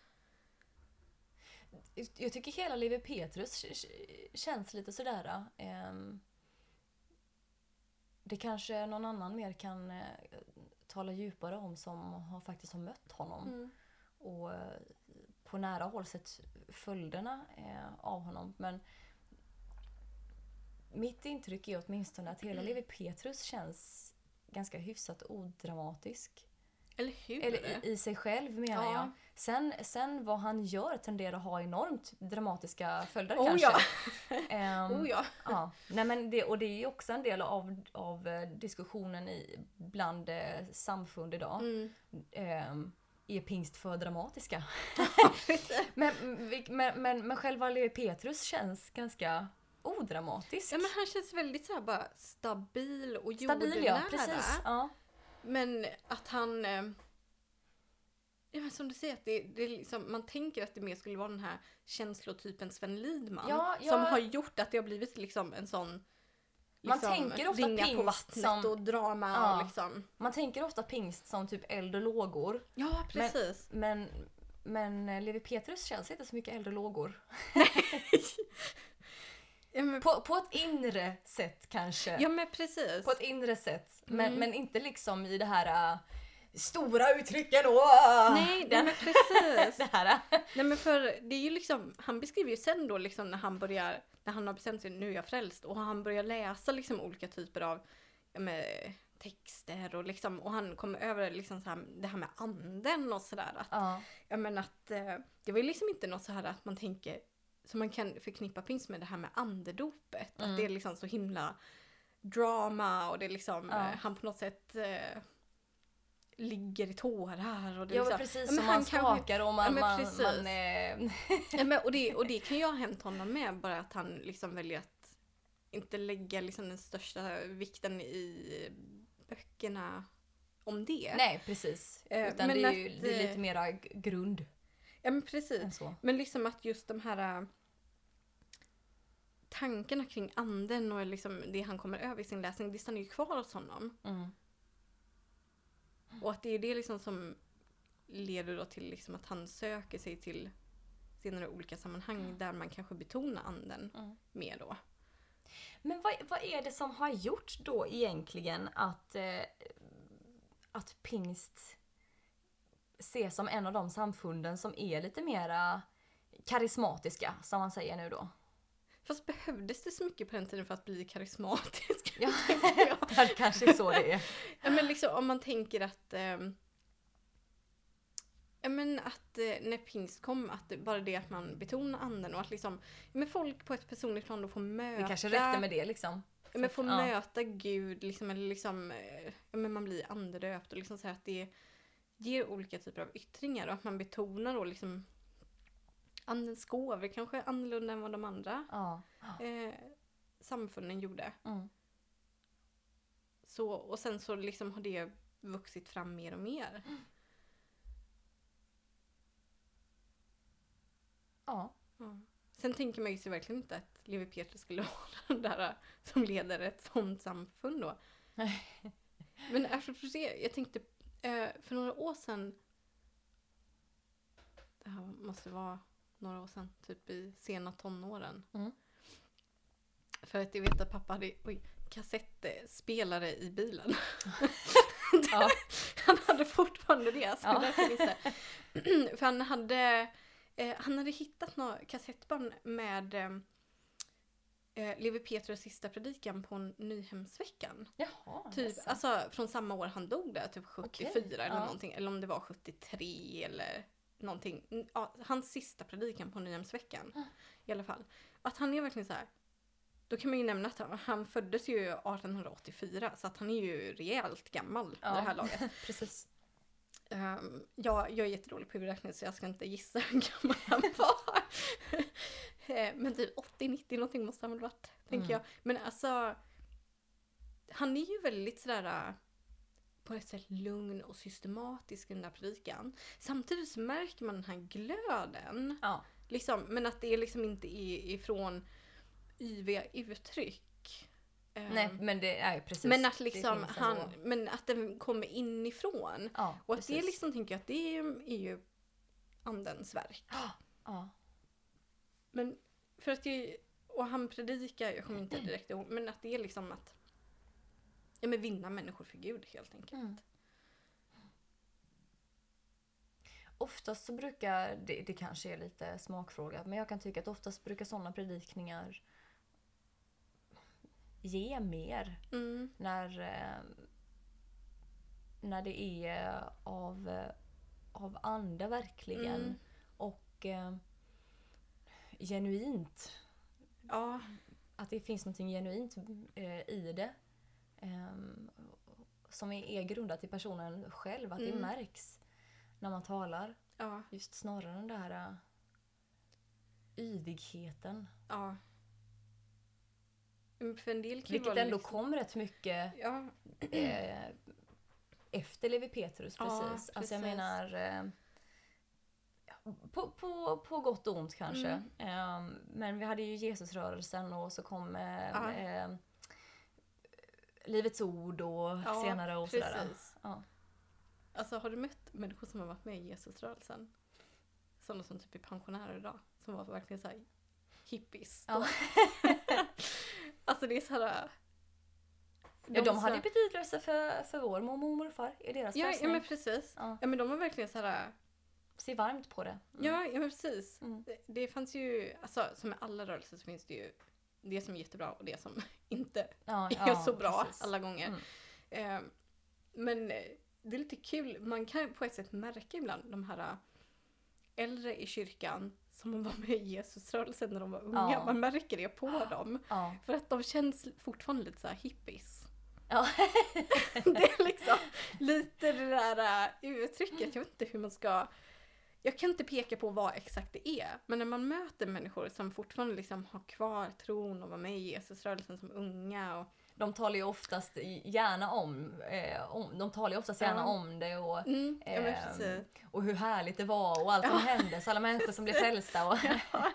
Jag tycker hela Levi Petrus känns lite sådär. Um, det kanske någon annan mer kan uh, tala djupare om som har, faktiskt har mött honom. Mm. Och uh, på nära håll sett följderna uh, av honom. Men mitt intryck är åtminstone att hela Levi Petrus känns ganska hyfsat odramatisk. Eller hur? Eller i, i sig själv menar Ja. jag. Sen, sen vad han gör tenderar att ha enormt dramatiska följder Oh, kanske. ja. Ehm, Oh ja. ja. Nej, men det, och det är ju också en del av, av eh, diskussionen i, bland eh, samfund idag. Mm. Ehm, är pingst för dramatiska? men, vi- men, men, men själva Levi Petrus känns ganska odramatisk. Ja, men han känns väldigt så här bara stabil och Stabil, ja. jordnära. Precis. Ja. Men att han... eh, Ja, men som du säger, att det, det är liksom, man tänker att det mer skulle vara den här känslotypen Sven Lidman. Ja, ja. Som har gjort att det har blivit liksom en sån... Man Liksom, tänker ofta ringa på pingst vattnet som- och drama Ja. och liksom... Man tänker ofta pingst som typ eld och lågor. Ja, precis. Men, men Levi Petrus känns inte så mycket eld och lågor. Ja, men, På, på ett inre sätt kanske. ja, men precis. På ett inre sätt. Men, Mm. men inte liksom i det här äh, stora uttrycken och äh, Nej, nej, den, men precis. det här. Äh. Nej, men för det är ju liksom, han beskriver ju sen då liksom när han börjar, när han har bestämt sig, nu är jag frälst, och han börjar läsa liksom olika typer av ja, med, texter och liksom, och han kommer över liksom så här, det här med anden och sådär. Att, Ja. ja, men att eh, det var ju liksom inte något så här att man tänker, som man kan förknippa pingst med det här med andedopet. Mm. Att det är liksom så himla drama och det är liksom, Ja. eh, han på något sätt eh, ligger i tårar. Och det är Ja, liksom, precis ja, men som han man kanske- skakar och man, Ja, men man, precis. man eh, Ja, men, och, det, och det kan ju ha hänt honom med, bara att han liksom väljer att inte lägga liksom den största vikten i böckerna om det. nej precis. Eh, Utan men det är ju att, det är eh, lite mera g- grund Ja, men precis. än så. Men liksom att just de här äh, tankarna kring anden och liksom det han kommer över i sin läsning, det stannar ju kvar hos honom. Mm. Och att det är det liksom som leder då till liksom att han söker sig till senare olika sammanhang där man kanske betonar anden Mm. mer då. Men vad, vad är det som har gjort då egentligen att, eh, att pingst ses som en av de samfunden som är lite mera karismatiska, som man säger nu då? Fast behövdes det så mycket på den tiden för att bli karismatisk? Ja, tänker jag. det är kanske så det är. Ja, men liksom om man tänker att ehm, ja, men att eh, när pingst kom, att det, bara det att man betonar anden och att liksom, ja, men folk på ett personligt plan då får möta, Det kanske räckte med det liksom. ja, men får Ja. möta Gud liksom, eller liksom, eh, ja, men man blir andedöpt och liksom så här att det ger olika typer av yttringar och att man betonar då liksom andens gåvor kanske annorlunda än vad de andra Ja. eh, samfunden gjorde. Mm. Så, och sen så liksom har det vuxit fram mer och mer. Ja. Ja. Sen tänker man ju sig verkligen inte att Levi Petrus skulle vara den där som leder ett sånt samfund då. Men apropå det, jag tänkte eh, för några år sedan, det här måste vara några år sedan, typ i sena tonåren. Mm. För att jag vet att pappa hade oj, kassettspelare i bilen. Ja. Han hade fortfarande det. Så Ja. därför visste. För han hade, eh, han hade hittat några kassettband med eh, Levi Petrus sista predikan på Nyhemsveckan. Jaha. Typ, jaså. alltså från samma år han dog där, typ sjuttiofyra Okej, eller ja. någonting. Eller om det var sjuttiotre eller någonting. Mm, Ja, hans sista predikan på Nyhemsveckan. Mm. I alla fall. Att han är verkligen så här. Då kan man ju nämna att han, han föddes ju arton åttiofyra. Så att han är ju rejält gammal Ja. i det här laget. Precis. Um, jag, jag är jättedålig på huvudräkning så jag ska inte gissa hur gammal han var. Eh, Men typ åttio nittio någonting måste han väl varit, tänker Mm. jag. Men alltså, han är ju väldigt sådär äh, på ett sätt lugn och systematisk i den där predikan. Samtidigt så märker man den här glöden. Ja. Liksom, men att det liksom inte är ifrån yviga uttryck. Nej, men det är precis. Men att liksom han, ändå. men att den kommer inifrån. Ja, och att precis. det liksom, tänker jag, att det är, är ju andens verk. Ja. Men för att det, och han predikar, jag kommer inte direkt ihåg, men att det är liksom att ja, men vinna människor för Gud helt enkelt. Mm. Oftast så brukar, det, det kanske är lite smakfråga, men jag kan tycka att oftast brukar sådana predikningar ge mer Mm. när, eh, när det är av, eh, av anda verkligen Mm. och eh, genuint. Ja, Att det finns något genuint eh, i det eh, som är, är grundat i personen själv, att Mm. det märks när man talar. ja, Just snarare den där uh, yvigheten. ja. Men för en del kan ju Vilket vara ändå liksom, kom rätt mycket ja, eh, efter Levi Petrus, Ja, precis. precis. Alltså jag menar eh, på, på, på gott och ont kanske. Mm. Eh, men vi hade ju Jesusrörelsen och så kom eh, Ja. eh, Livets ord och Ja, senare och sådär. precis. Ja. Alltså har du mött människor som har varit med i Jesusrörelsen? Sådana som typ är pensionärer idag. Som var verkligen så här hippies. Ja. Alltså det är så här. Ja, de så- hade ju betydelse för, för vår mormor och morfar i deras Ja, ja frälsning. men precis. Ja. Ja men de var verkligen så här. Se varmt på det. Mm. Ja, ja men precis. Mm. Det, det fanns ju, alltså som med alla rörelser så finns det ju det som är jättebra och det som inte Ja, är ja, så bra precis. alla gånger. Mm. Eh, men eh, det är lite kul, man kan på ett sätt märka ibland de här eh, äldre i kyrkan som var med i Jesusrörelsen när de var unga. Ja. Man märker det på dem. Ja. För att de känns fortfarande lite så här hippies. Ja. Det är liksom lite det där uh, uttrycket. Jag vet inte hur man ska... Jag kan inte peka på vad exakt det är. Men när man möter människor som fortfarande liksom har kvar tron och var med i Jesusrörelsen som unga. Och, De talar ju oftast gärna om, eh, om de talar ju oftast gärna Ja. om det och, mm, ja, men ehm, precis. och hur härligt det var och allt som hände, så alla människor som blev frälsta. Och, Ja.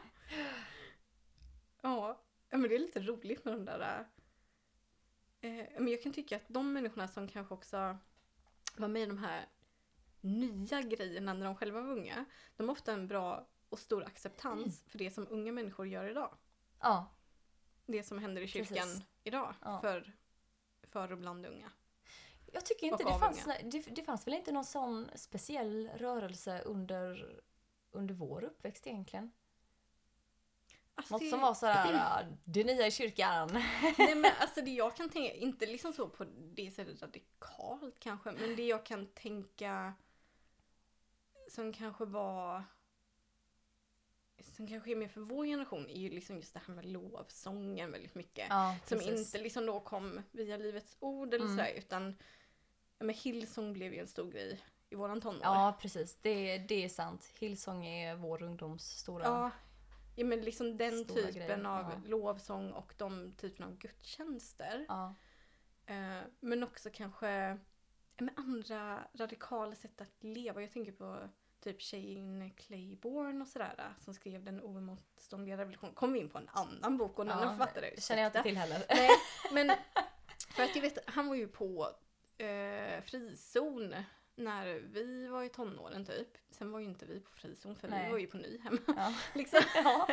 Ja, men det är lite roligt med de där... Eh, men jag kan tycka att de människorna som kanske också var med i de här nya grejerna när de själva var unga, de har ofta en bra och stor acceptans Mm. för det som unga människor gör idag. ja, Det som händer i kyrkan Precis. idag Ja. för, för och bland unga. jag tycker inte Och det av fanns, unga. det, det fanns väl inte någon sån speciell rörelse under, under vår uppväxt egentligen. Alltså, Något det, som var sådär, ah, det nya i kyrkan. nej, men alltså det jag kan tänka, inte liksom så på det sättet radikalt kanske, men det jag kan tänka som kanske var som kanske är mer för vår generation är ju liksom just det här med lovsången väldigt mycket. Ja, som precis. inte liksom då kom via Livets ord eller Mm. sådär, utan ja, men Hillsong blev ju en stor grej i våran tonår. Ja, precis. Det, det är sant. Hillsong är vår ungdoms stora... Ja, ja men liksom den Stora typen grejer, av ja. lovsång och de typen av gudstjänster. Ja. Eh, men också kanske ja, men andra radikala sätt att leva. Jag tänker på typ Shane Claiborne och sådär eh, som skrev Den oemotståndliga revolutionen. Kom vi in på en annan bok och den Ja, författare. känner jag inte till heller. Nej, men för att jag vet, han var ju på eh, frizon när vi var i tonåren typ. Sen var ju inte vi på frizon för Nej. vi var ju på Nyhem. Ja. liksom. Ja.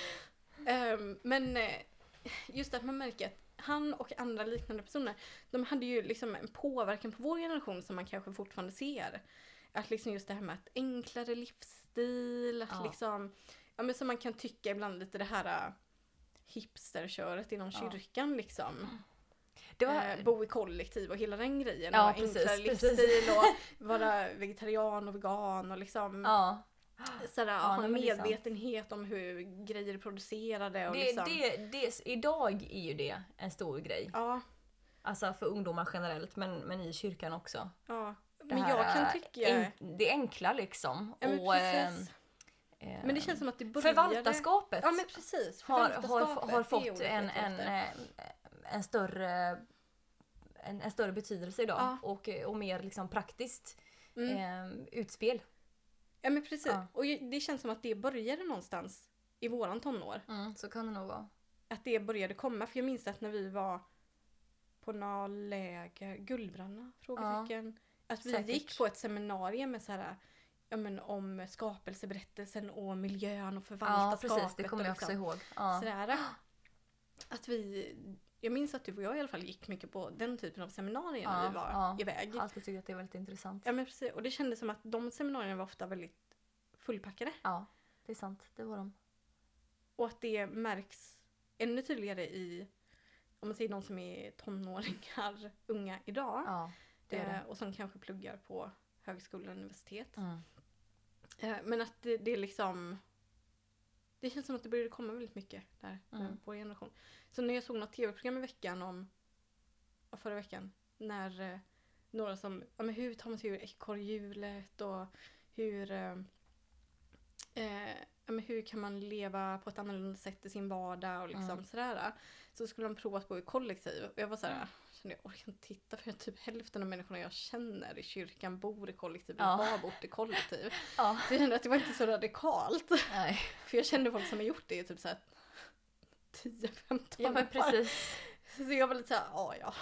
um, men eh, just att man märker att han och andra liknande personer, de hade ju liksom en påverkan på vår generation som man kanske fortfarande ser. Att liksom just det här med att enklare livsstil, att Ja. liksom, ja men som man kan tycka ibland lite det här uh, hipsterköret inom Ja. kyrkan liksom. Det var... Eh, bo i kollektiv och hela den grejen. Ja, och precis, enklare precis. livsstil och vara vegetarian och vegan och liksom Ja. sådär, Ja, ha nej, en men det är sant. medvetenhet om hur grejer är producerade. Och Det, liksom, det, det, idag är ju det en stor grej. Ja, Alltså för ungdomar generellt, men, men i kyrkan också. ja. Det Men här, jag kan äh, tycka... En, det enkla liksom. ja, men, och, precis. eh, men det känns som att det började... Förvaltarskapet Ja, men precis. har, har, Förvaltarskapet, har det är fått ordet en, jag en, letar efter. eh, en större en, en större betydelse idag. Ja. Och, och mer liksom praktiskt Mm. eh, utspel. Ja men precis. Ja. Och det känns som att det började någonstans i våran tonår. Mm, så kan det nog vara. Att det började komma. För jag minns att när vi var på några läger, Guldbranna, frågetecken. Ja, att vi säkert. gick på ett seminarium med så här, ja, men om skapelseberättelsen och miljön och förvalta Ja, skapet. precis. Det kommer och jag liksom, också ihåg. Ja. Sådär. Att vi, jag minns att du och jag i alla fall gick mycket på den typen av seminarier när Ja, vi var ja. iväg. Jag har alltid tyckt att det är väldigt intressant. Ja men precis. Och det kändes som att de seminarierna var ofta väldigt fullpackade. Ja, det är sant. Det var de. Och att det märks ännu tydligare i, om man säger någon som är tonåringar, unga idag. Ja, det är det. Eh, och som kanske pluggar på högskola och universitet. Mm. Eh, men att det, det är liksom, det känns som att det började komma väldigt mycket där med Mm. vår generation. Så när jag såg något tv-program i veckan om, ja, förra veckan, när eh, några som, ja men hur tar man sig ur ekorrhjulet och hur, eh, eh, ja, men hur kan man leva på ett annorlunda sätt i sin vardag och liksom Mm. sådär. Så skulle de prova att bo i kollektiv. Och jag var såhär, kände jag orkar inte titta för typ hälften av människorna jag känner i kyrkan bor i kollektiv eller Ja. har bott i kollektiv. Ja. Så jag kände att det var inte så radikalt. Nej. För jag kände folk som har gjort det i typ såhär tio femton Ja, men år. precis. Så jag var lite såhär, ja ja.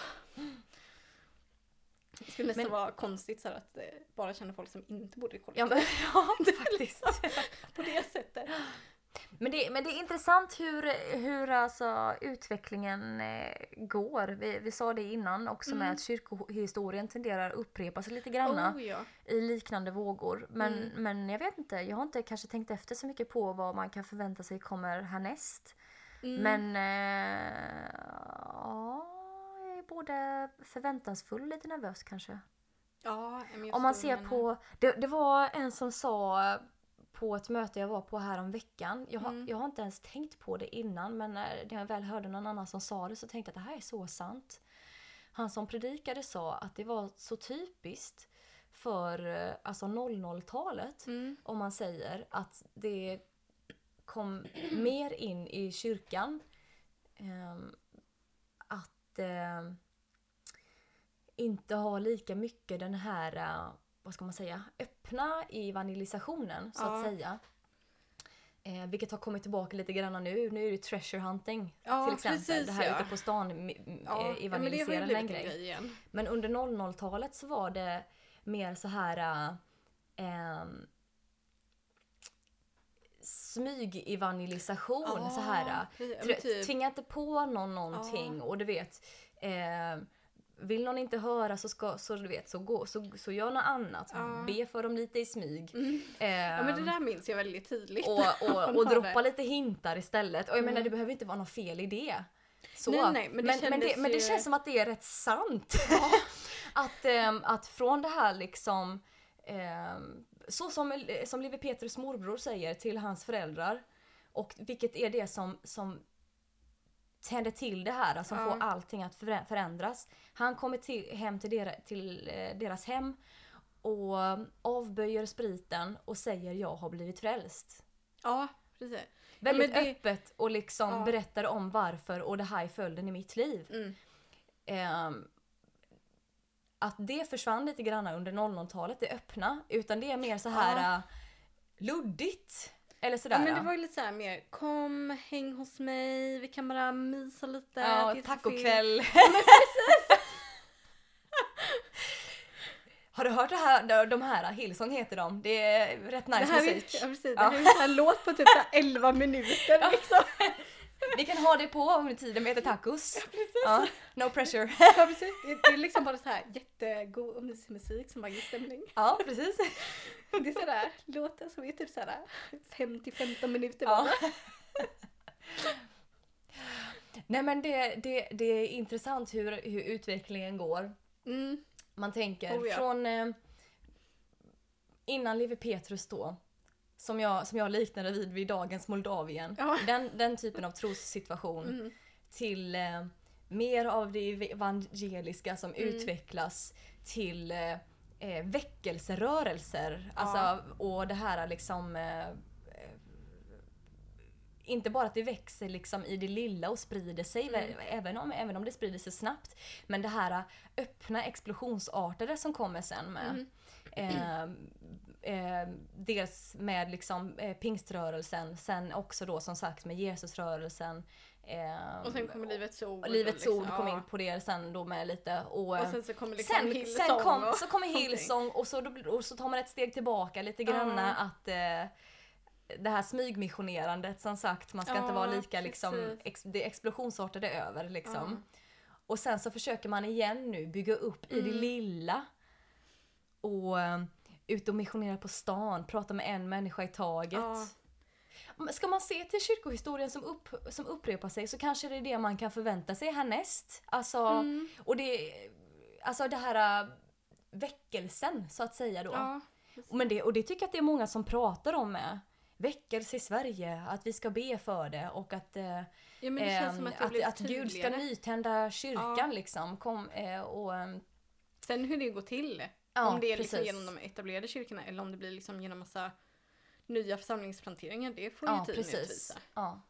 Det skulle nästan Men- vara konstigt så här att eh, bara känna folk som inte bodde i Ja, kollektiv. men, ja faktiskt. På det sättet. Men det, men det är intressant hur, hur alltså utvecklingen eh, går. Vi, vi sa det innan också med Mm. att kyrkohistorien tenderar att upprepa sig lite granna Oh, ja. i liknande vågor. Men, Mm. men jag vet inte, jag har inte kanske tänkt efter så mycket på vad man kan förvänta sig kommer härnäst. Mm. Men eh, ja, jag är både förväntansfull och lite nervös kanske. Ja, men jag Om man förstår ser vad du menar. på, det, det var en som sa på ett möte jag var på här om veckan. Jag har, Mm. jag har inte ens tänkt på det innan, men när jag väl hörde någon annan som sa det så tänkte jag att det här är så sant. Han som predikade sa att det var så typiskt för eh, alltså noll noll-talet, Mm. om man säger att det kom mer in i kyrkan ehm, att eh, inte ha lika mycket den här, eh, vad ska man säga, öppna evangelisationen så Ja. att säga. Eh, vilket har kommit tillbaka lite grann nu. Nu är det treasure hunting Ja, till exempel. precis, det här ja. ute på stan m- m- Ja, eh, ja, men det har ju evangelisera blivit en en grej. grej igen. Men under noll noll-talet så var det mer så här äh, smyg-evangelisation. Ja, så här, precis. Ja, tr- men typ. tvinga inte på någon någonting. Ja. Och du vet, eh, vill någon inte höra så, ska, så, du vet, så, gå, så, så gör något annat. Ja. Be för dem lite i smyg. Mm. Eh, Ja, men det där minns jag väldigt tydligt. och, Man och, och hör droppa det. lite hintar istället. Och jag Mm. menar, det behöver inte vara någon fel i det. Så. Nej, nej, men det men, men, kändes det, men det ju- känns som att det är rätt sant. att, ehm, att från det här liksom, ehm, så som, som Levi Petrus morbror säger till hans föräldrar, och vilket är det som, som tänder till det här, som Ja. får allting att förä- förändras. Han kommer till, hem till, dera, till eh, deras hem och avböjer spriten och säger jag har blivit frälst. Ja, precis. Väldigt men det- öppet och liksom Ja. berättar om varför och det här är följden i mitt liv. Mm. Ehm, att det försvann lite grann under noll noll-talet, det öppna, utan det är mer så här Ja. äh, luddigt. Eller sådär. Ja, men det var ju lite så här mer, kom, häng hos mig, vi kan bara mysa lite. ja, titta på film. tacokväll. Har du hört det här? De här, Hillsong heter de. Det är rätt Det nice här är, musik. ja, precis, det Ja. här är en låt på typ så här elva minuter liksom. Vi kan ha det på under tiden vi äter tacos. Ja, precis. Ja, no pressure. Ja, precis. Det, det är liksom bara så här jättegod och mysig musik som bara ger stämning. Ja, precis. Det är sådär låtar som är typ såhär fem till femton minuter Ja. bara. Nej, men det, det, det är intressant hur, hur utvecklingen går. Mm. Man tänker Oh, ja. från eh, innan Levi Petrus då, som jag, som jag liknade vid vid dagens Moldavien. Ja. Den, den typen av trossituation Mm. till eh, mer av det evangeliska som Mm. utvecklas till eh, eh, väckelserörelser. Ja. Alltså, och det här liksom eh, inte bara att det växer liksom i det lilla och sprider sig, mm. även, om, även om det sprider sig snabbt. Men det här öppna explosionsartade som kommer sen med. Mm. Eh, eh, dels med liksom, eh, pingströrelsen, sen också då som sagt med Jesusrörelsen. Eh, och sen kommer Livets Ord. Och Livets liksom, Ord kom ja. in på det sen då med lite. Och, och sen så kommer liksom sen, Hillsong. Sen kom, och så kommer Hillsong och så, och så tar man ett steg tillbaka lite granna uh. att eh, det här smygmissionerandet som sagt, man ska uh, inte vara lika liksom, ex, det explosionsartade över liksom. Uh. Och sen så försöker man igen nu bygga upp mm. i det lilla. Och um, ut och missionera på stan, prata med en människa i taget. Uh. Ska man se till kyrkohistorien som, upp, som upprepar sig så kanske det är det man kan förvänta sig härnäst. Alltså, mm. och det, alltså det här uh, väckelsen så att säga då. Ja, men det, och det tycker jag att det är många som pratar om med. Väckelse i Sverige, att vi ska be för det och att, uh, ja, men det känns som att, det att, att Gud ska nytända kyrkan ja. liksom. Kom, uh, och, um, Sen hur det går till. Ja, om det är liksom genom de etablerade kyrkorna eller om det blir liksom genom massa nya församlingsplanteringar, det får ju ja, tiden precis. utvisa. Ja.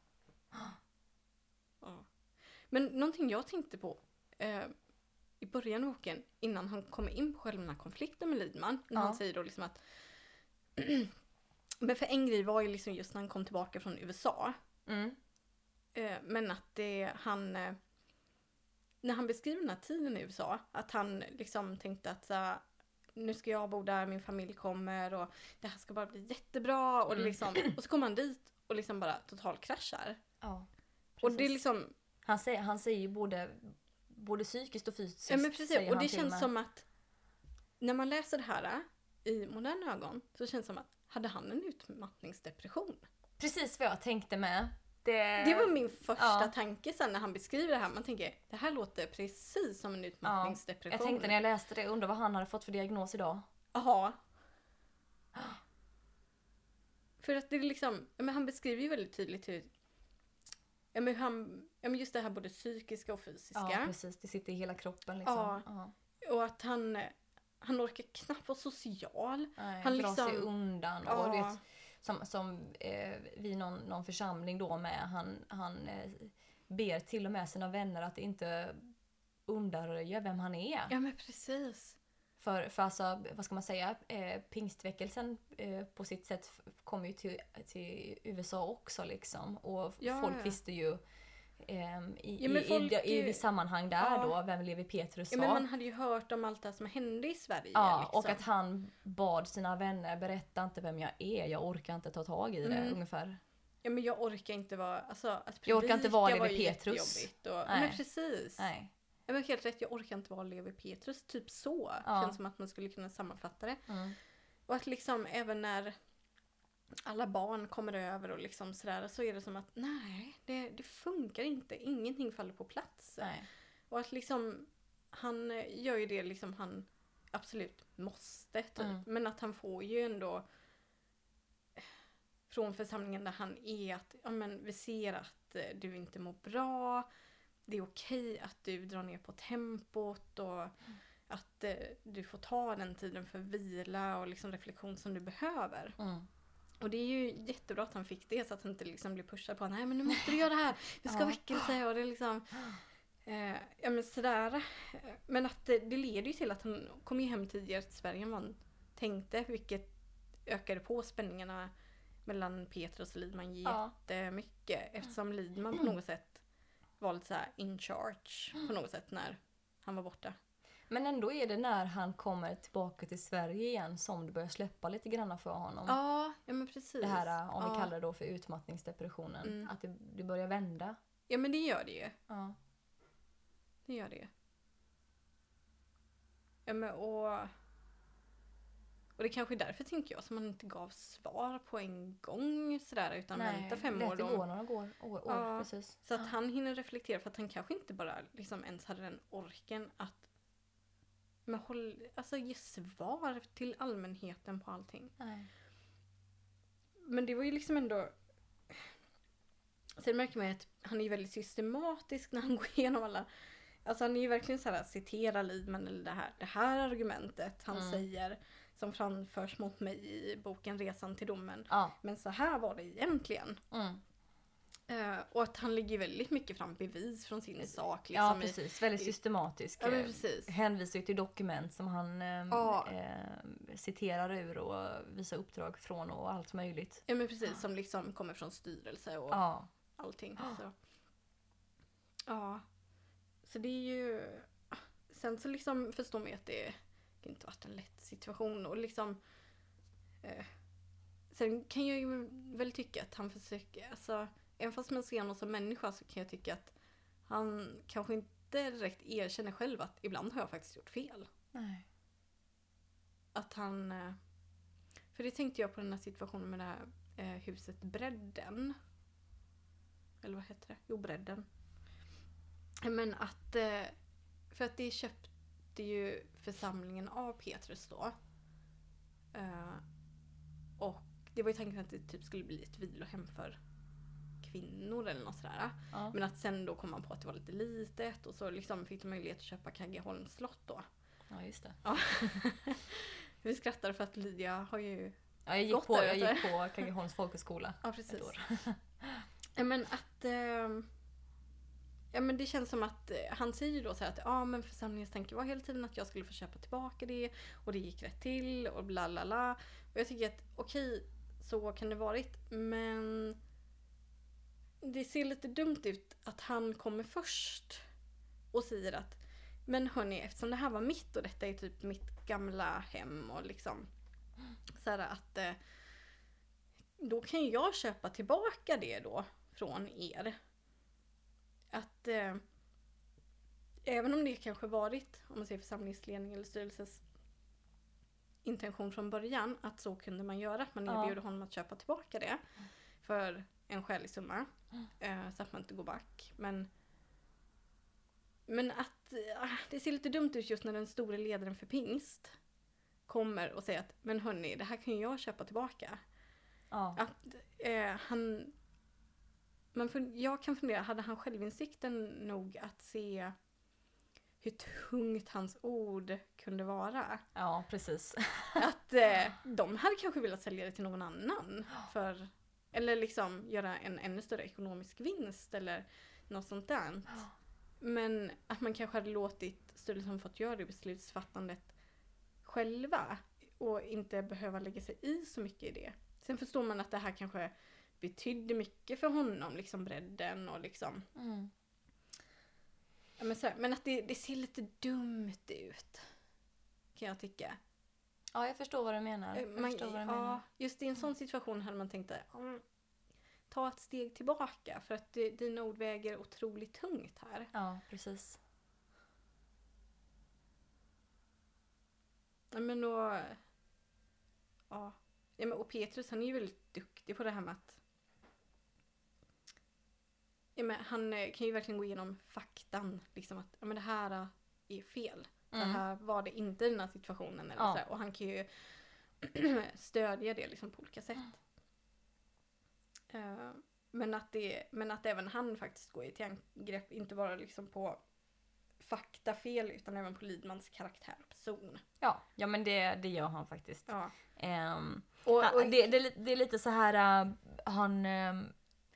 Ja. Men någonting jag tänkte på eh, i början av boken, innan han kommer in på själva den här konflikten med Lidman, när ja. han säger då liksom att men för en grej var ju liksom just när han kom tillbaka från U S A. Mm. Eh, men att det, han eh, när han beskriver den här tiden i U S A, att han liksom tänkte att så, nu ska jag bo där, min familj kommer och det här ska bara bli jättebra och, liksom, och så kommer han dit och liksom bara totalt kraschar. Ja, och det är liksom han säger, han säger ju både, både psykiskt och fysiskt. Ja, men precis. Och det känns med. som att när man läser det här i moderna ögon så känns det som att hade han en utmattningsdepression? Precis vad jag tänkte med. Det, det var min första ja. tanke sen när han beskriver det här. Man tänker, det här låter precis som en utmattningsdepression. Ja, jag tänkte när jag läste det, undrar vad han hade fått för diagnos idag. Jaha. För att det är liksom, men han beskriver ju väldigt tydligt hur, ja men, han, ja men just det här både psykiska och fysiska. Ja, precis. Det sitter i hela kroppen liksom. Ja. Ja. Och att han, han orkar knappt vara social. Nej, han drar liksom sig undan. Ja. Och det, som som eh, vid någon, någon församling då med, han, han eh, ber till och med sina vänner att inte undanröja vem han är. Ja men precis. För, för alltså, vad ska man säga, eh, pingstväckelsen eh, på sitt sätt kom ju till, till U S A också liksom. Och ja, folk ja. visste ju eh, i, ja, folk, i, i, i sammanhang där ja. då, vem Levi Petrus ja, sa. men man hade ju hört om allt det som hände i Sverige. Ja, liksom. och att han bad sina vänner, berätta inte vem jag är, jag orkar inte ta tag i det, mm. ungefär. Ja men jag orkar inte vara, alltså att predika jag orkar inte vara Levi var Petrus. Och, Nej. Men precis. Nej. Jag var helt rätt, jag orkar inte vara Levi Petrus, typ så. Ja. Känns som att man skulle kunna sammanfatta det. Mm. Och att liksom även när alla barn kommer över och liksom sådär, så är det som att nej, det, det funkar inte. Ingenting faller på plats. Nej. Och att liksom, han gör ju det liksom han absolut måste typ. Mm. Men att han får ju ändå från församlingen där han är att, ja men vi ser att du inte mår bra. Det är okej att du drar ner på tempot och mm. att eh, du får ta den tiden för vila och liksom reflektion som du behöver. Mm. Och det är ju jättebra att han fick det så att han inte liksom blir pushad på nej men nu måste du göra det här, vi ska ja. väckelse och det är liksom eh, ja men sådär. Men att det, det leder ju till att han kom ju hem tidigare till Sverige än vad han tänkte, vilket ökade på spänningarna mellan Petrus och Lidman jättemycket ja. eftersom Lidman på något sätt var lite så här in charge på något sätt när han var borta. Men ändå är det när han kommer tillbaka till Sverige igen som det börjar släppa lite grann för honom. Ja, ja men precis. Det här, om ja. vi kallar det då för utmattningsdepressionen. Mm. Att det, det börjar vända. Ja men det gör det ju. Ja. Det gör det. Ja men och... Och det kanske är därför tänker jag som man inte gav svar på en gång sådär utan Nej, vänta fem år. år. Nej, det går några år. år, år ja, precis. Så att han hinner reflektera för att han kanske inte bara liksom ens hade den orken att men håll, alltså ge svar till allmänheten på allting. Nej. Men det var ju liksom ändå sen märker man att han är väldigt systematisk när han går igenom alla. Alltså han är ju verkligen så här citera Lidman eller det här, det här argumentet han mm. säger som framförs mot mig i boken Resan till domen. Ja. Men så här var det egentligen. Mm. Uh, och att han lägger väldigt mycket fram bevis från sin sak. Liksom, ja, precis. Väldigt systematisk. Ja, men precis. Hänvisar till dokument som han eh, ja. eh, citerar ur och visar uppdrag från och allt möjligt. Ja, men precis. Som liksom kommer från styrelse och ja. allting. Så. Ja. Så det är ju... Sen så liksom förstår man ju att det inte varit en lätt situation. Och liksom... Eh, sen kan jag ju väl tycka att han försöker... Alltså, även fast man ser honom som människa så kan jag tycka att han kanske inte direkt erkänner själv att ibland har jag faktiskt gjort fel. Nej. Att han... För det tänkte jag på den här situationen med det här eh, huset Bredden. Eller vad heter det? Jo, Bredden. Men att... Eh, för att det köpte ju församlingen av Petrus då. Eh, och det var ju tanken att det typ skulle bli ett vilohem för kvinnor eller något sådär. Ja. Men att sen då kom man på att det var lite litet och så liksom fick de möjlighet att köpa Kaggeholms slott då. Ja, just det. Ja. Vi skrattar för att Lydia har ju ja, jag gick gått på, där, jag gick på Kaggeholms folkhögskola. Ja, precis. Ja, men att eh, ja, men det känns som att eh, han säger ju då så här att ja, men församlingens tanke var hela tiden att jag skulle få köpa tillbaka det och det gick rätt till och bla bla bla. Och jag tycker att okej, så kan det varit, men det ser lite dumt ut att han kommer först och säger att men hörni, eftersom det här var mitt och detta är typ mitt gamla hem och liksom så här att eh, då kan ju jag köpa tillbaka det då från er. Att eh, även om det kanske varit, om man säger församlingsledning eller styrelses intention från början, att så kunde man göra, att man erbjuder ja. honom att köpa tillbaka det för en skälig summa eh, så att man inte går back. Men men att eh, det ser lite dumt ut just när den stora ledaren för pingst kommer och säger att men hörni, det här kan ju jag köpa tillbaka. Ja. Att eh, han men för, jag kan fundera, hade han självinsikten nog att se hur tungt hans ord kunde vara? Ja, precis. Att eh, de hade kanske velat sälja det till någon annan för, eller liksom göra en ännu större ekonomisk vinst eller något sånt där. Men att man kanske hade låtit styrelsen fått göra det beslutsfattandet själva och inte behöva lägga sig i så mycket i det. Sen förstår man att det här kanske betydde mycket för honom, liksom Bredden och liksom mm. ja, men, så här, men att det, det ser lite dumt ut kan jag tycka. Ja, jag förstår vad du menar. Jag man, förstår vad du ja, menar. Just i en sån situation hade man tänkt att mm, ta ett steg tillbaka för att det, dina ord väger otroligt tungt här. Ja, precis. Ja, men då ja, ja men, och Petrus, han är ju väldigt duktig på det här med att ja, men han kan ju verkligen gå igenom faktan liksom att ja, men det här är fel. Mm. Så här var det inte i den här situationen eller ja. så här, och han kan ju stödja det liksom på olika sätt. Uh, men att det men att även han faktiskt går i till angrepp inte bara liksom på faktafel utan även på Lidmans karaktär och person. Ja, ja men det, det gör han faktiskt. Ja. Um, och, han, och det, det, det är lite så här uh, han um,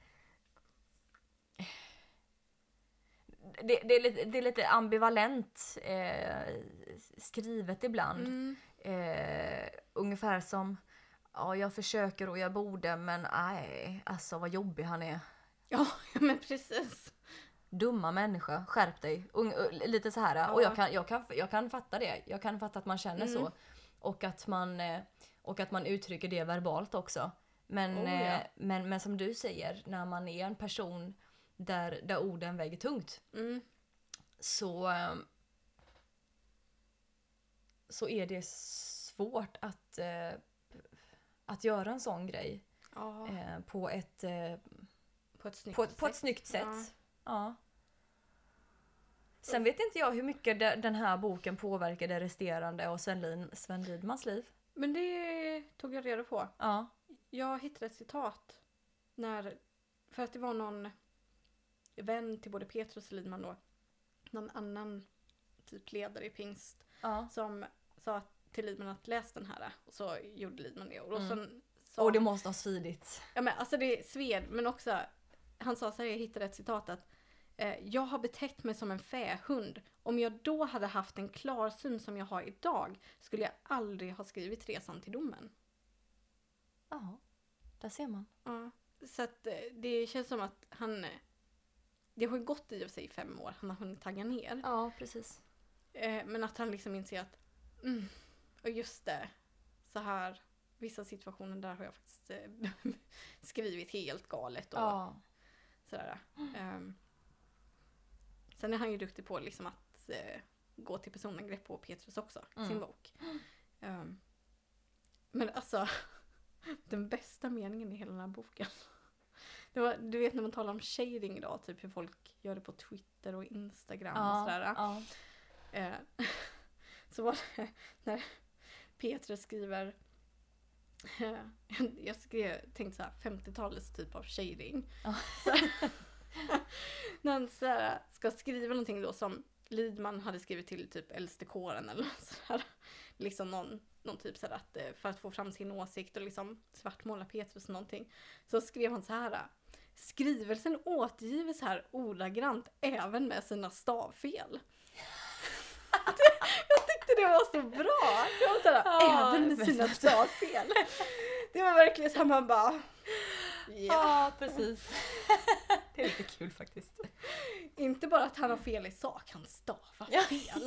det, det, är lite, det är lite ambivalent eh, skrivet ibland. Mm. Eh, ungefär som ja, jag försöker och jag borde men nej, alltså vad jobbig han är. Ja, men precis. Dumma människa, skärp dig. Ung, lite så här. Ja. Och jag kan, jag, kan, jag kan fatta det. Jag kan fatta att man känner mm. så. Och att man, och att man uttrycker det verbalt också. Men, oh, ja. men, men som du säger, när man är en person där, där orden väger tungt. Mm. Så, så är det svårt att, att göra en sån grej. Ja. På ett, på ett snyggt på, sätt. På ett snyggt sätt. Ja. Ja. Sen vet inte jag hur mycket de, den här boken påverkade resterande och Sven, Sven Lidmans liv. Men det tog jag reda på. Ja. Jag hittade ett citat när, för att det var någon vän till både Petrus och Lidman då, någon annan typ ledare i pingst ja. som sa till Lidman att läs den här och så gjorde Lidman det. Och, då mm. så, och det måste ha svidit. Ja men alltså det sved men också han sa så här, jag hittade ett citat att eh, jag har betett mig som en fähund. Om jag då hade haft en klarsyn som jag har idag skulle jag aldrig ha skrivit Resan till domen. Ja, där ser man. Ja, så att eh, det känns som att han, det har ju gått i och för sig fem år, han har hunnit tagga ner. Ja, precis. Eh, men att han liksom inser att, mm, och just det, så här, vissa situationer där har jag faktiskt eh, skrivit helt galet och Ja. sådär. Um, sen är han ju duktig på liksom att eh, gå till personangrepp på Petrus också, Mm. sin bok. Um, men alltså, den bästa meningen i hela den här boken. Det var, du vet när man talar om shading idag, typ hur folk gör det på Twitter och Instagram Ja, och sådär. ja. Eh, så var det när Petrus skriver, eh, jag skrev, tänkte så här, femtiotalets typ av shading. Ja. Så, när han så här, ska skriva någonting då som Lidman hade skrivit till typ Äldstekåren eller så här, liksom någon, någon typ så här att eh, för att få fram sin åsikt och liksom svartmåla Petrus någonting, så skrev han så här: skrivelsen återgiver så här ordagrant även med sina stavfel. Jag tyckte det var så bra. Det var såhär, Ja, även med sina stavfel. Det var verkligen så här, man bara, ja. Ja, precis. Det är lite kul faktiskt. Inte bara att han har fel i sak, han stavar Ja. fel.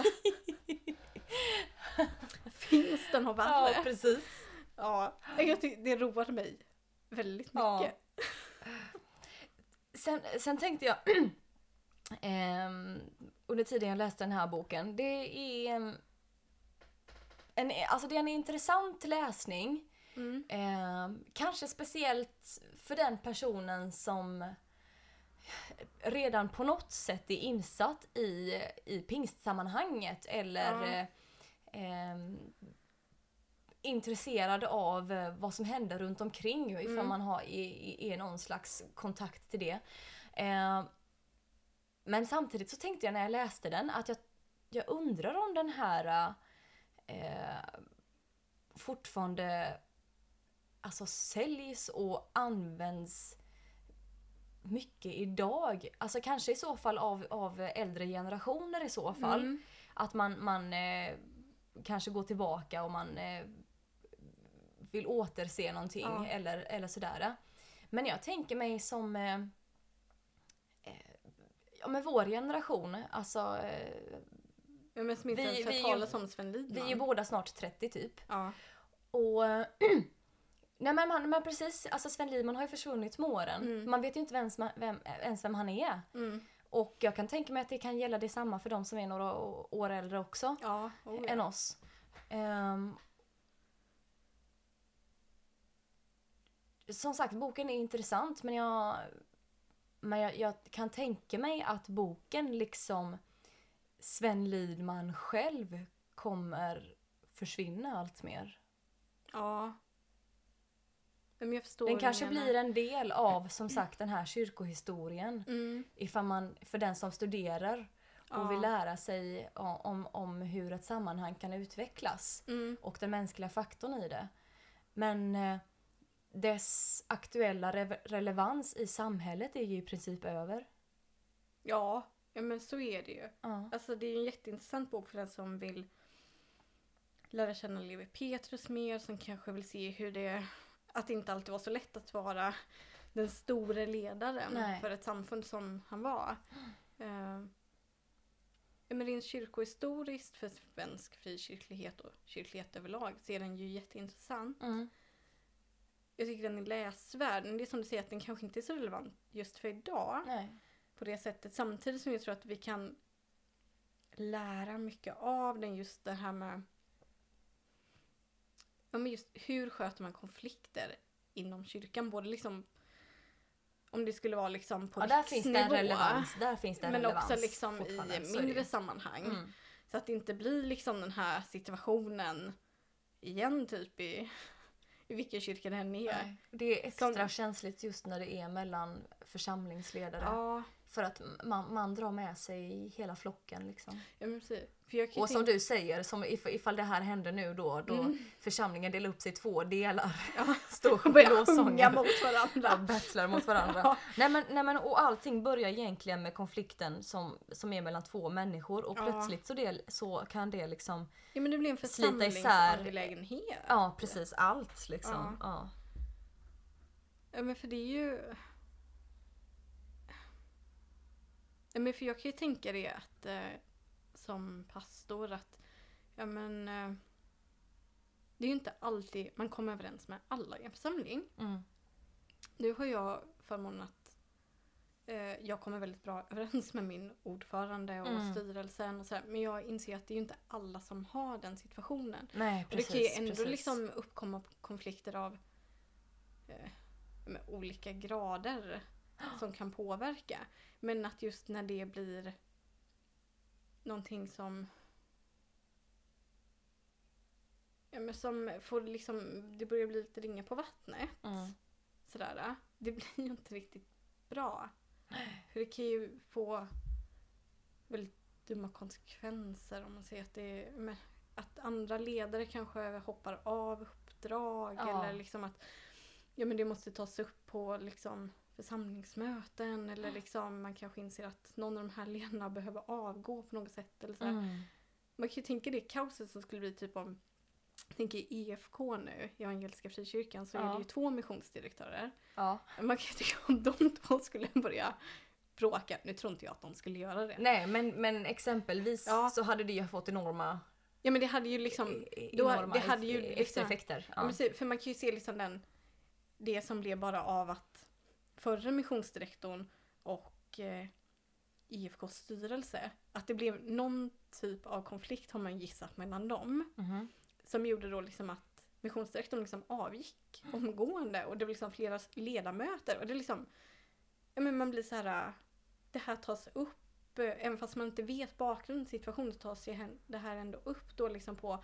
Finns det något värre? Ja, precis. Ja, jag tyck, det roade mig väldigt mycket. Ja. Sen, sen tänkte jag, ehm, under tiden jag läste den här boken, det är en, alltså det är en intressant läsning. Mm. Eh, kanske speciellt för den personen som redan på något sätt är insatt i, i pingstsammanhanget eller Ja. eh, eh, intresserad av vad som händer runt omkring ifall Mm. man har är, är någon slags kontakt till det. Eh, men samtidigt så tänkte jag när jag läste den att jag, jag undrar om den här eh, fortfarande alltså säljs och används mycket idag. Alltså kanske i så fall av, av äldre generationer i så fall. Mm. Att man, man eh, kanske går tillbaka och man eh, vill återse någonting Ja. eller, eller sådär. Men jag tänker mig som eh, eh, ja, med vår generation, alltså eh, Ja, men som inte Vi- ens vi är hört ju- talas om Sven Lidman. vi är ju båda snart trettio typ. Ja. Och nej men, man, men precis, alltså Sven Lidman har ju försvunnit med åren. Mm. Man vet ju inte vem, som- vem, ens vem han är. Mm. Och jag kan tänka mig att det kan gälla detsamma för de som är några å- år äldre också Ja. Oh, ja. än oss. Ehm, som sagt, boken är intressant men jag, men jag, jag kan tänka mig att boken liksom Sven Lidman själv kommer försvinna allt mer. Ja. Men jag förstår Den vad du kanske menar. blir en del av, som sagt, den här kyrkohistorien. Mm. Ifall man, för den som studerar och Ja. vill lära sig om, om, om hur ett sammanhang kan utvecklas. Mm. Och den mänskliga faktorn i det. Men eh, dess aktuella re- relevans i samhället är ju i princip över. Ja. Ja, men så är det ju. Ja. Alltså det är en jätteintressant bok för den som vill lära känna Levi Petrus mer, som kanske vill se hur det, att det inte alltid var så lätt att vara den store ledaren Nej. för ett samfund som han var. Uh, men rent kyrkohistoriskt för svensk frikyrklighet och kyrklighet överlag så är den ju jätteintressant. Mm. Jag tycker den är läsvärd, men det är som du säger att den kanske inte är så relevant just för idag. Nej. På det sättet. Samtidigt som jag tror att vi kan lära mycket av den, just det här med ja, men just hur sköter man konflikter inom kyrkan, både liksom om det skulle vara liksom på Ja, där finns det en riksnivå, relevans. Där finns det en men relevans också liksom fortfarande. i Så är det mindre ju. sammanhang. Mm. Så att det inte blir liksom den här situationen igen typ i, i vilken kyrka det än är. Nej. Det är extra Som- känsligt just när det är mellan församlingsledare. Ja, För att man, man drar med sig hela flocken liksom. Ja, men precis. För jag kan ju Och som tänka- du säger, som if, ifall det här händer nu då, då Mm. församlingen delar upp sig i två delar. Ja. Står Och och börjar sjunga lovsånger. mot varandra. Ja, battlar mot varandra. Ja. Nej, men, nej men och allting börjar egentligen med konflikten som, som är mellan två människor. Och Ja. plötsligt så, det, så kan det liksom... Ja, men det blir en Slita isär. församlingsangelägenhet. Ja, precis. Allt liksom. Ja. Ja. Ja, men för det är ju... Ja, men för jag kan ju tänka det att eh, som pastor att ja, men eh, det är ju inte alltid man kommer överens med alla i en församling. Mm. Nu har jag förmånen att eh, jag kommer väldigt bra överens med min ordförande och Mm. styrelsen och så här, men jag inser att det är ju inte alla som har den situationen. Nej, Och det precis. kan ju ändå precis. liksom uppkomma konflikter av eh, med olika grader som kan påverka. Men att just när det blir någonting som ja, men som får liksom, det börjar bli lite ringa på vattnet. Mm. Sådär. Det blir ju inte riktigt bra. För det kan ju få väldigt dumma konsekvenser om man säger att det är, men, att andra ledare kanske hoppar av uppdrag Ja. eller liksom att ja, men det måste tas upp på liksom församlingsmöten eller liksom man kanske inser att någon av de här ledarna behöver avgå på något sätt eller så här. Mm. Man kan ju tänka det kaoset som skulle bli typ om jag tänker E F K nu, Evangeliska Frikyrkan, så Ja. är det ju två missionsdirektörer. Ja. Man kan ju tycka om de två skulle börja bråka. Nu tror inte jag att de skulle göra det. Nej, men, men exempelvis Ja. så hade det ju fått enorma, Ja, men det hade ju liksom i- då- enorma det hade ju eff- liksom- eftereffekter. Ja. Ja. men se- för man kan ju se liksom den det som blev bara av att förra missionsdirektorn och eh, I F K:s styrelse, att det blev någon typ av konflikt har man gissat mellan dem. Mhm. Som gjorde då liksom att missionsdirektorn liksom avgick omgående och det var liksom flera ledamöter och det liksom ja men man blir så här det här tas upp eh, även fast man inte vet bakgrunden till situationen så tas ju hän- det här ändå upp då liksom på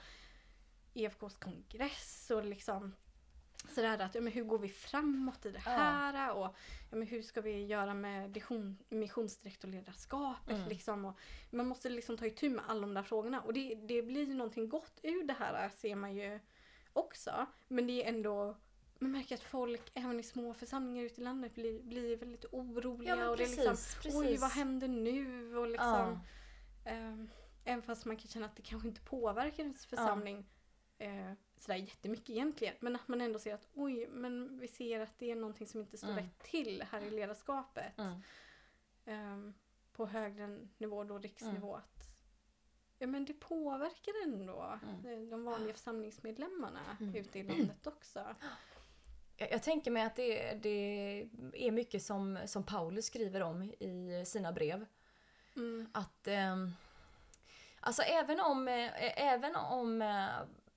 E F K:s kongress och liksom sådär att ja men hur går vi framåt i det här och ja men hur ska vi göra med mission- missionsdirektorledarskapet Mm. liksom och man måste liksom ta itu med alla de där frågorna och det, det blir ju någonting gott ur det här ser man ju också men det är ändå man märker att folk även i små församlingar ute i landet blir, blir väldigt oroliga Ja, men och precis, det är liksom precis. oj vad händer nu och liksom Ja. ehm, även fast man kan känna att det kanske inte påverkar ens församling eh, sådär jättemycket egentligen men att man ändå ser att oj men vi ser att det är någonting som inte står Mm. rätt till här i ledarskapet Mm. ehm, på högre nivå då riksnivå Mm. att ja men det påverkar ändå Mm. eh, de vanliga församlingsmedlemmarna Mm. ute i landet också. Jag, jag tänker mig att det, det är mycket som, som Paulus skriver om i sina brev. Mm. Att ehm, alltså även om, eh, även om eh,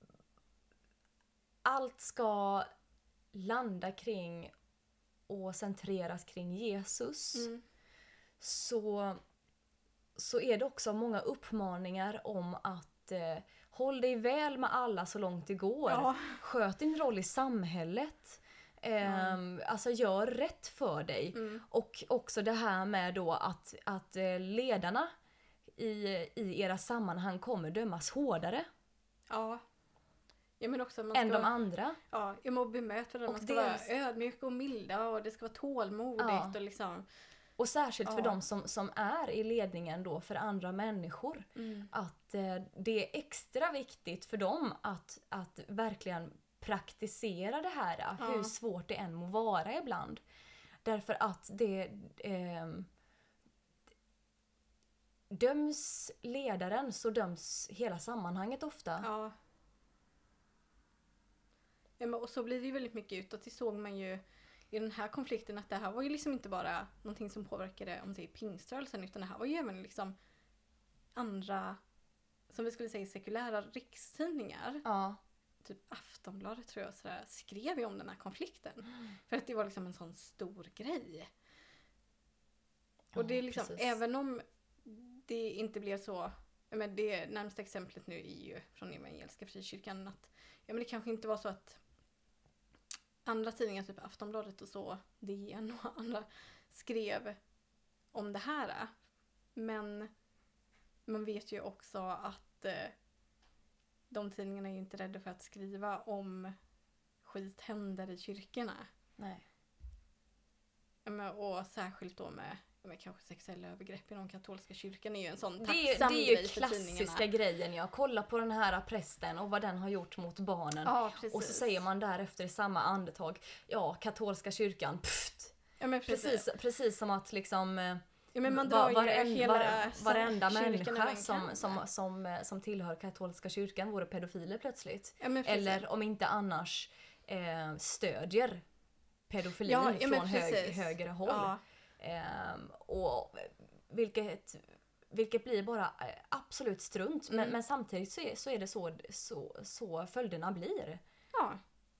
allt ska landa kring och centreras kring Jesus Mm. så, så är det också många uppmaningar om att eh, håll dig väl med alla så långt det går. Ja. Sköt din roll i samhället. Ehm, Alltså gör rätt för dig. Mm. Och också det här med då att, att eh, ledarna i, i era sammanhang kommer dömas hårdare Ja. Ja men också att man än ska de andra. ja, jag må bemöta det. Och Man ska dels- vara ödmjuk och milda och det ska vara tålmodigt Ja. och liksom Och särskilt för Ja. de som, som är i ledningen då för andra människor. mm. Att eh, det är extra viktigt för dem att, att verkligen praktisera det här. Ja. Hur svårt det än må vara ibland. Därför att det ehm, döms ledaren så döms hela sammanhanget ofta. Ja. Ja, men, och så blir det ju väldigt mycket utåt. Det såg man ju i den här konflikten att det här var ju liksom inte bara någonting som påverkade om man säger pingströrelsen utan det här var ju även liksom andra som vi skulle säga sekulära rikstidningar. Ja. Typ Aftonbladet tror jag sådär, skrev ju om den här konflikten. För att det var liksom en sån stor grej. Ja, Och det är liksom, precis. även om det inte blev så, ja, men det närmaste exemplet nu är ju från Evangeliska Frikyrkan att ja, men det kanske inte var så att andra tidningar, typ Aftonbladet och så, D N och andra skrev om det här. Men man vet ju också att eh, de tidningarna är ju inte rädda för att skriva om skit händer i kyrkorna. Nej. Men, och särskilt då med, med kanske sexuella övergrepp i den katolska kyrkan är ju en sån Det tacksam är, det är ju grej för klassiska tidningarna. grejen. Jag kollar på den här prästen och vad den har gjort mot barnen. Ja, precis. Och så säger man därefter i samma andetag, ja, katolska kyrkan, pft. Ja, men precis. Precis, precis som att liksom Ja, men man va- drar ju varenda, hela var, varenda kyrkan över människa en som, kam. som, som, som tillhör katolska kyrkan vore pedofiler plötsligt. Ja, men precis. Eller om inte annars eh, stödjer pedofili Ja, ja, men från hög, precis. högre håll. Ja. Ehm, och vilket, vilket blir bara eh, absolut strunt. Men, Mm. men samtidigt så är, så är det så, så, så följderna blir. Ja.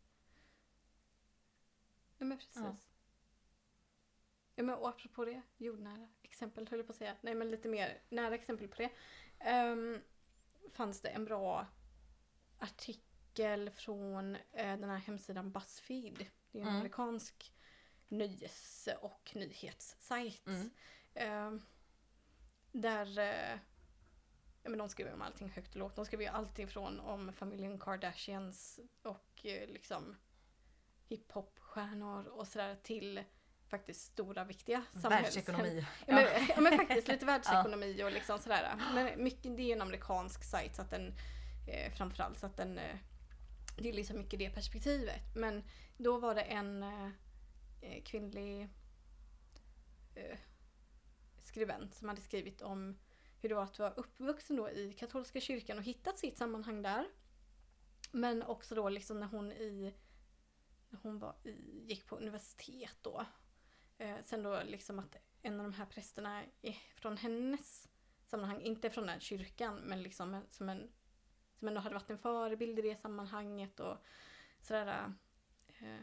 Ja, men precis. Ja. Ja, men och apropå det, jordnära exempel höll jag på att säga. Nej, men lite mer nära exempel på det. Um, fanns det en bra artikel från uh, den här hemsidan BuzzFeed. Det är en Mm. amerikansk nöjes- och nyhetssajt. Mm. Um, där uh, ja, men de skriver om allting högt och lågt. De skriver ju allting från om familjen Kardashians och uh, liksom hiphop-stjärnor och sådär till faktiskt stora, viktiga samhälls... Världsekonomi. Ja, men, ja, men faktiskt lite världsekonomi och liksom sådär. Men mycket, det är en amerikansk sajt så att den eh, framförallt så att den eh, det är liksom mycket det perspektivet. Men då var det en eh, kvinnlig eh, skribent som hade skrivit om hur det var att vara uppvuxen då i katolska kyrkan och hittat sitt sammanhang där. Men också då liksom när hon i när hon var i, gick på universitet då. Eh, sen då liksom att en av de här prästerna är från hennes sammanhang, inte från den kyrkan, men liksom som en som ändå hade varit en förebild i det sammanhanget och sådär. Eh,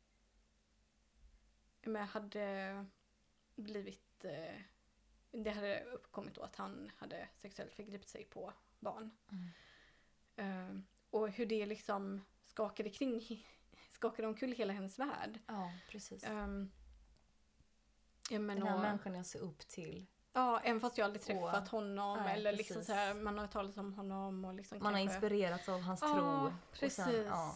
men hade blivit eh, det hade uppkommit då att han hade sexuellt förgripit sig på barn. Mm. Eh, och hur det liksom skakade kring skakade omkull hela hennes värld. Ja, precis. Um, ja, men Den här och, människan jag ser upp till. Ja, även fast jag aldrig träffat Och, honom nej, eller precis. liksom så här, man har talat om honom och liksom Man har kanske... inspirerats av hans Ja, tro. precis. Och sen, ja.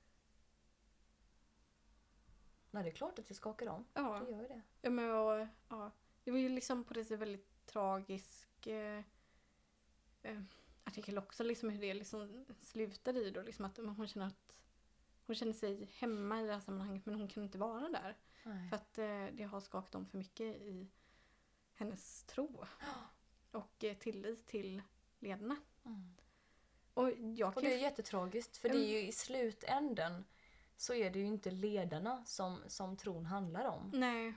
Nej, det är klart att det skakar om. Ja, Det gör ju det. ja, men och, ja, det var ju liksom på det sättet väldigt tragisk eh, eh, artikel också, liksom hur det liksom slutade i då, liksom att hon känner att hon känner sig hemma i det här sammanhanget men hon kan inte vara där. Nej. För att eh, det har skakat om för mycket i hennes tro. Och eh, tillit till ledarna. Mm. Och jag Och kan det är ju... jättetragiskt, för det är ju i slutänden så är det ju inte ledarna som, som tron handlar om. Nej,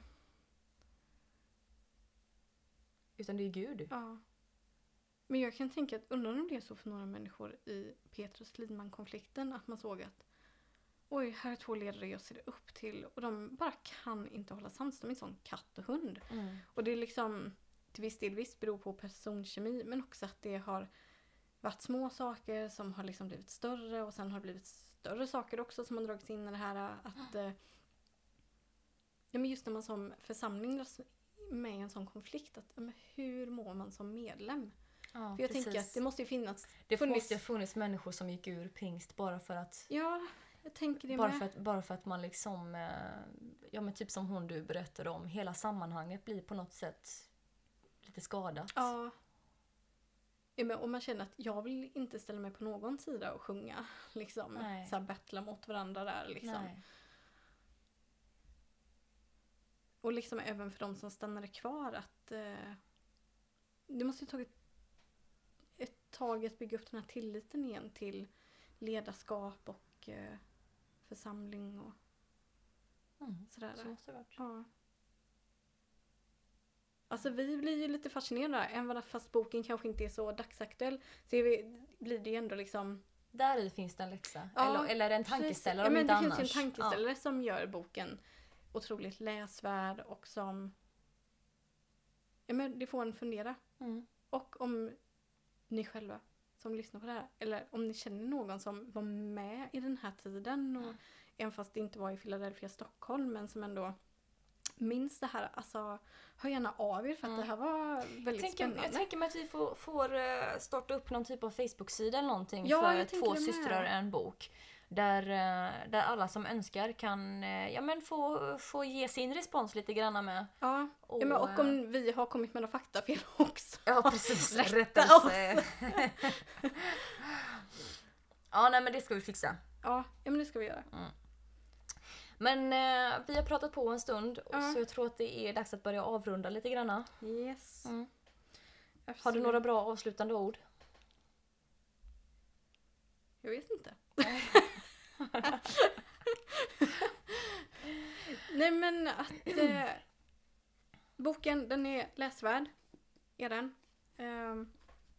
Utan det är Gud. ja. Men jag kan tänka att undrar om det är så för några människor i Petrus Lidman-konflikten att man såg att oj, här är två ledare jag ser upp till och de bara kan inte hålla sams. De är en sån katt och hund. Mm. Och det är liksom till viss del visst beror på personkemi men också att det har varit små saker som har liksom blivit större och sen har det blivit större saker också som har dragits in i det här att eh, ja, men just när man som församling dras med i en sån konflikt att ja, men hur mår man som medlem? Ja, För jag precis. tänker att det måste ju finnas Det funnits- måste ha funnits människor som gick ur pingst bara för att ja, jag tänker det bara med. för, att, bara för att man liksom eh, ja men typ som hon du berättade om, hela sammanhanget blir på något sätt lite skadat. Ja. Ja, men, och man känner att jag vill inte ställa mig på någon sida och sjunga liksom Nej. så här battla mot varandra där liksom. Nej. Och liksom även för de som stannade kvar att eh, det måste ju tagit ett tag att bygga upp den här tilliten igen till ledarskap och eh, församling och Mm. sådär. Så måste det varit. Ja. Alltså vi blir ju lite fascinerade, även fast boken kanske inte är så dagsaktuell så är vi, blir det ju ändå liksom... Där i finns det en läxa. Ja, eller, eller en tankeställare ja, om men inte det annars. finns ju en tankeställare som gör boken otroligt läsvärd och som... Ja, men det får en fundera. Ja. Mm. Och om ni själva som lyssnar på det här, eller om ni känner någon som var med i den här tiden och även fast det inte var i Philadelphia, Stockholm, men som ändå minns det här, alltså hör gärna av er för att Mm. det här var väldigt Jag tänker, spännande. jag tänker mig att vi får, får eh, starta upp någon typ av Facebook-sida eller någonting Ja, för jag tänker två det med. systrar en bok. Där, eh, där alla som önskar kan eh, ja, men få, få ge sin respons lite grann med. Ja, Och, ja men, och om vi har kommit med några faktafel också. Ja, precis. Rätta Rättelse. Ja, nej men det ska vi fixa. Ja, ja men det ska vi göra. Men eh, vi har pratat på en stund Ja. så jag tror att det är dags att börja avrunda lite grann. Yes. Mm. Har du Absolut. några bra avslutande ord? Jag vet inte. Nej men att eh, boken, den är läsvärd. Är den. Ehm,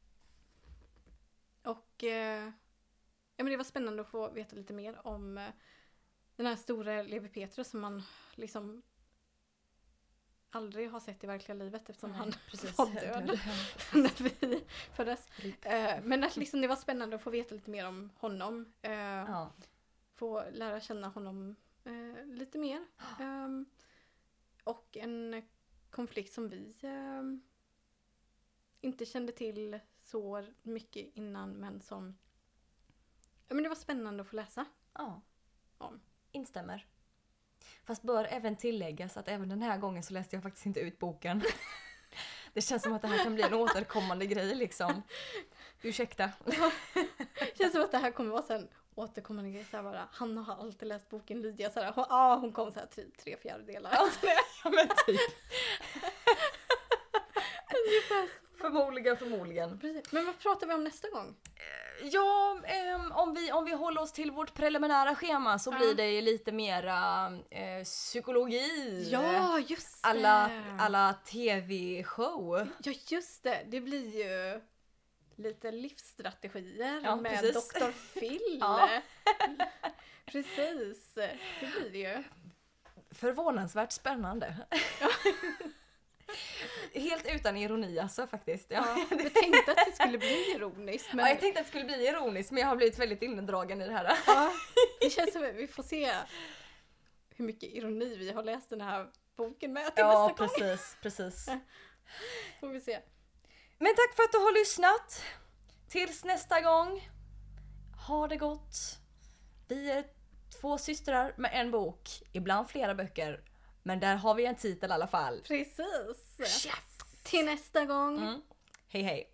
och eh, ja, men det var spännande att få veta lite mer om eh, den här stora Levi Petrus som man liksom aldrig har sett i verkliga livet eftersom Nej, han precis. var död när vi föddes. Eh, men att liksom det var spännande att få veta lite mer om honom. Eh, Ja. Få lära känna honom eh, lite mer. Um, och en konflikt som vi eh, inte kände till så mycket innan men som ja, men det var spännande att få läsa. Ja. Ja. Instämmer. Fast bör även tilläggas att även den här gången så läste jag faktiskt inte ut boken. Det känns som att det här kan bli en återkommande grej liksom. Ursäkta. Det känns som att det här kommer vara sen återkommande grej. Så här bara, han har alltid läst boken Lydia. Så här, hon, ah, hon kom så här tre, tre fjärdedelar. Alltså, Ja men typ. Förmodligen, förmodligen. precis. Men vad pratar vi om nästa gång? Ja, ehm, om, vi, om vi håller oss till vårt preliminära schema så Ja. blir det lite mera eh, psykologi. Ja, just det! Alla, alla tv-show. Ja, just det. Det blir ju lite livsstrategier Ja, med precis. doktor Phil. Ja. Precis. Det blir det ju. Förvånansvärt spännande. Helt utan ironi alltså faktiskt. Ja. Ja, jag tänkte att det skulle bli ironiskt. Men Ja, jag tänkte att det skulle bli ironiskt men jag har blivit väldigt indragen i det här. ja, det känns som att vi får se hur mycket ironi vi har läst den här boken med till Ja, nästa gång. precis, precis. Får vi se. Men tack för att du har lyssnat. Tills nästa gång. Ha det gott. Vi är två systrar med en bok. Ibland flera böcker. Men där har vi en titel i alla fall. Precis. Yes. Till nästa gång. Mm. Hej hej.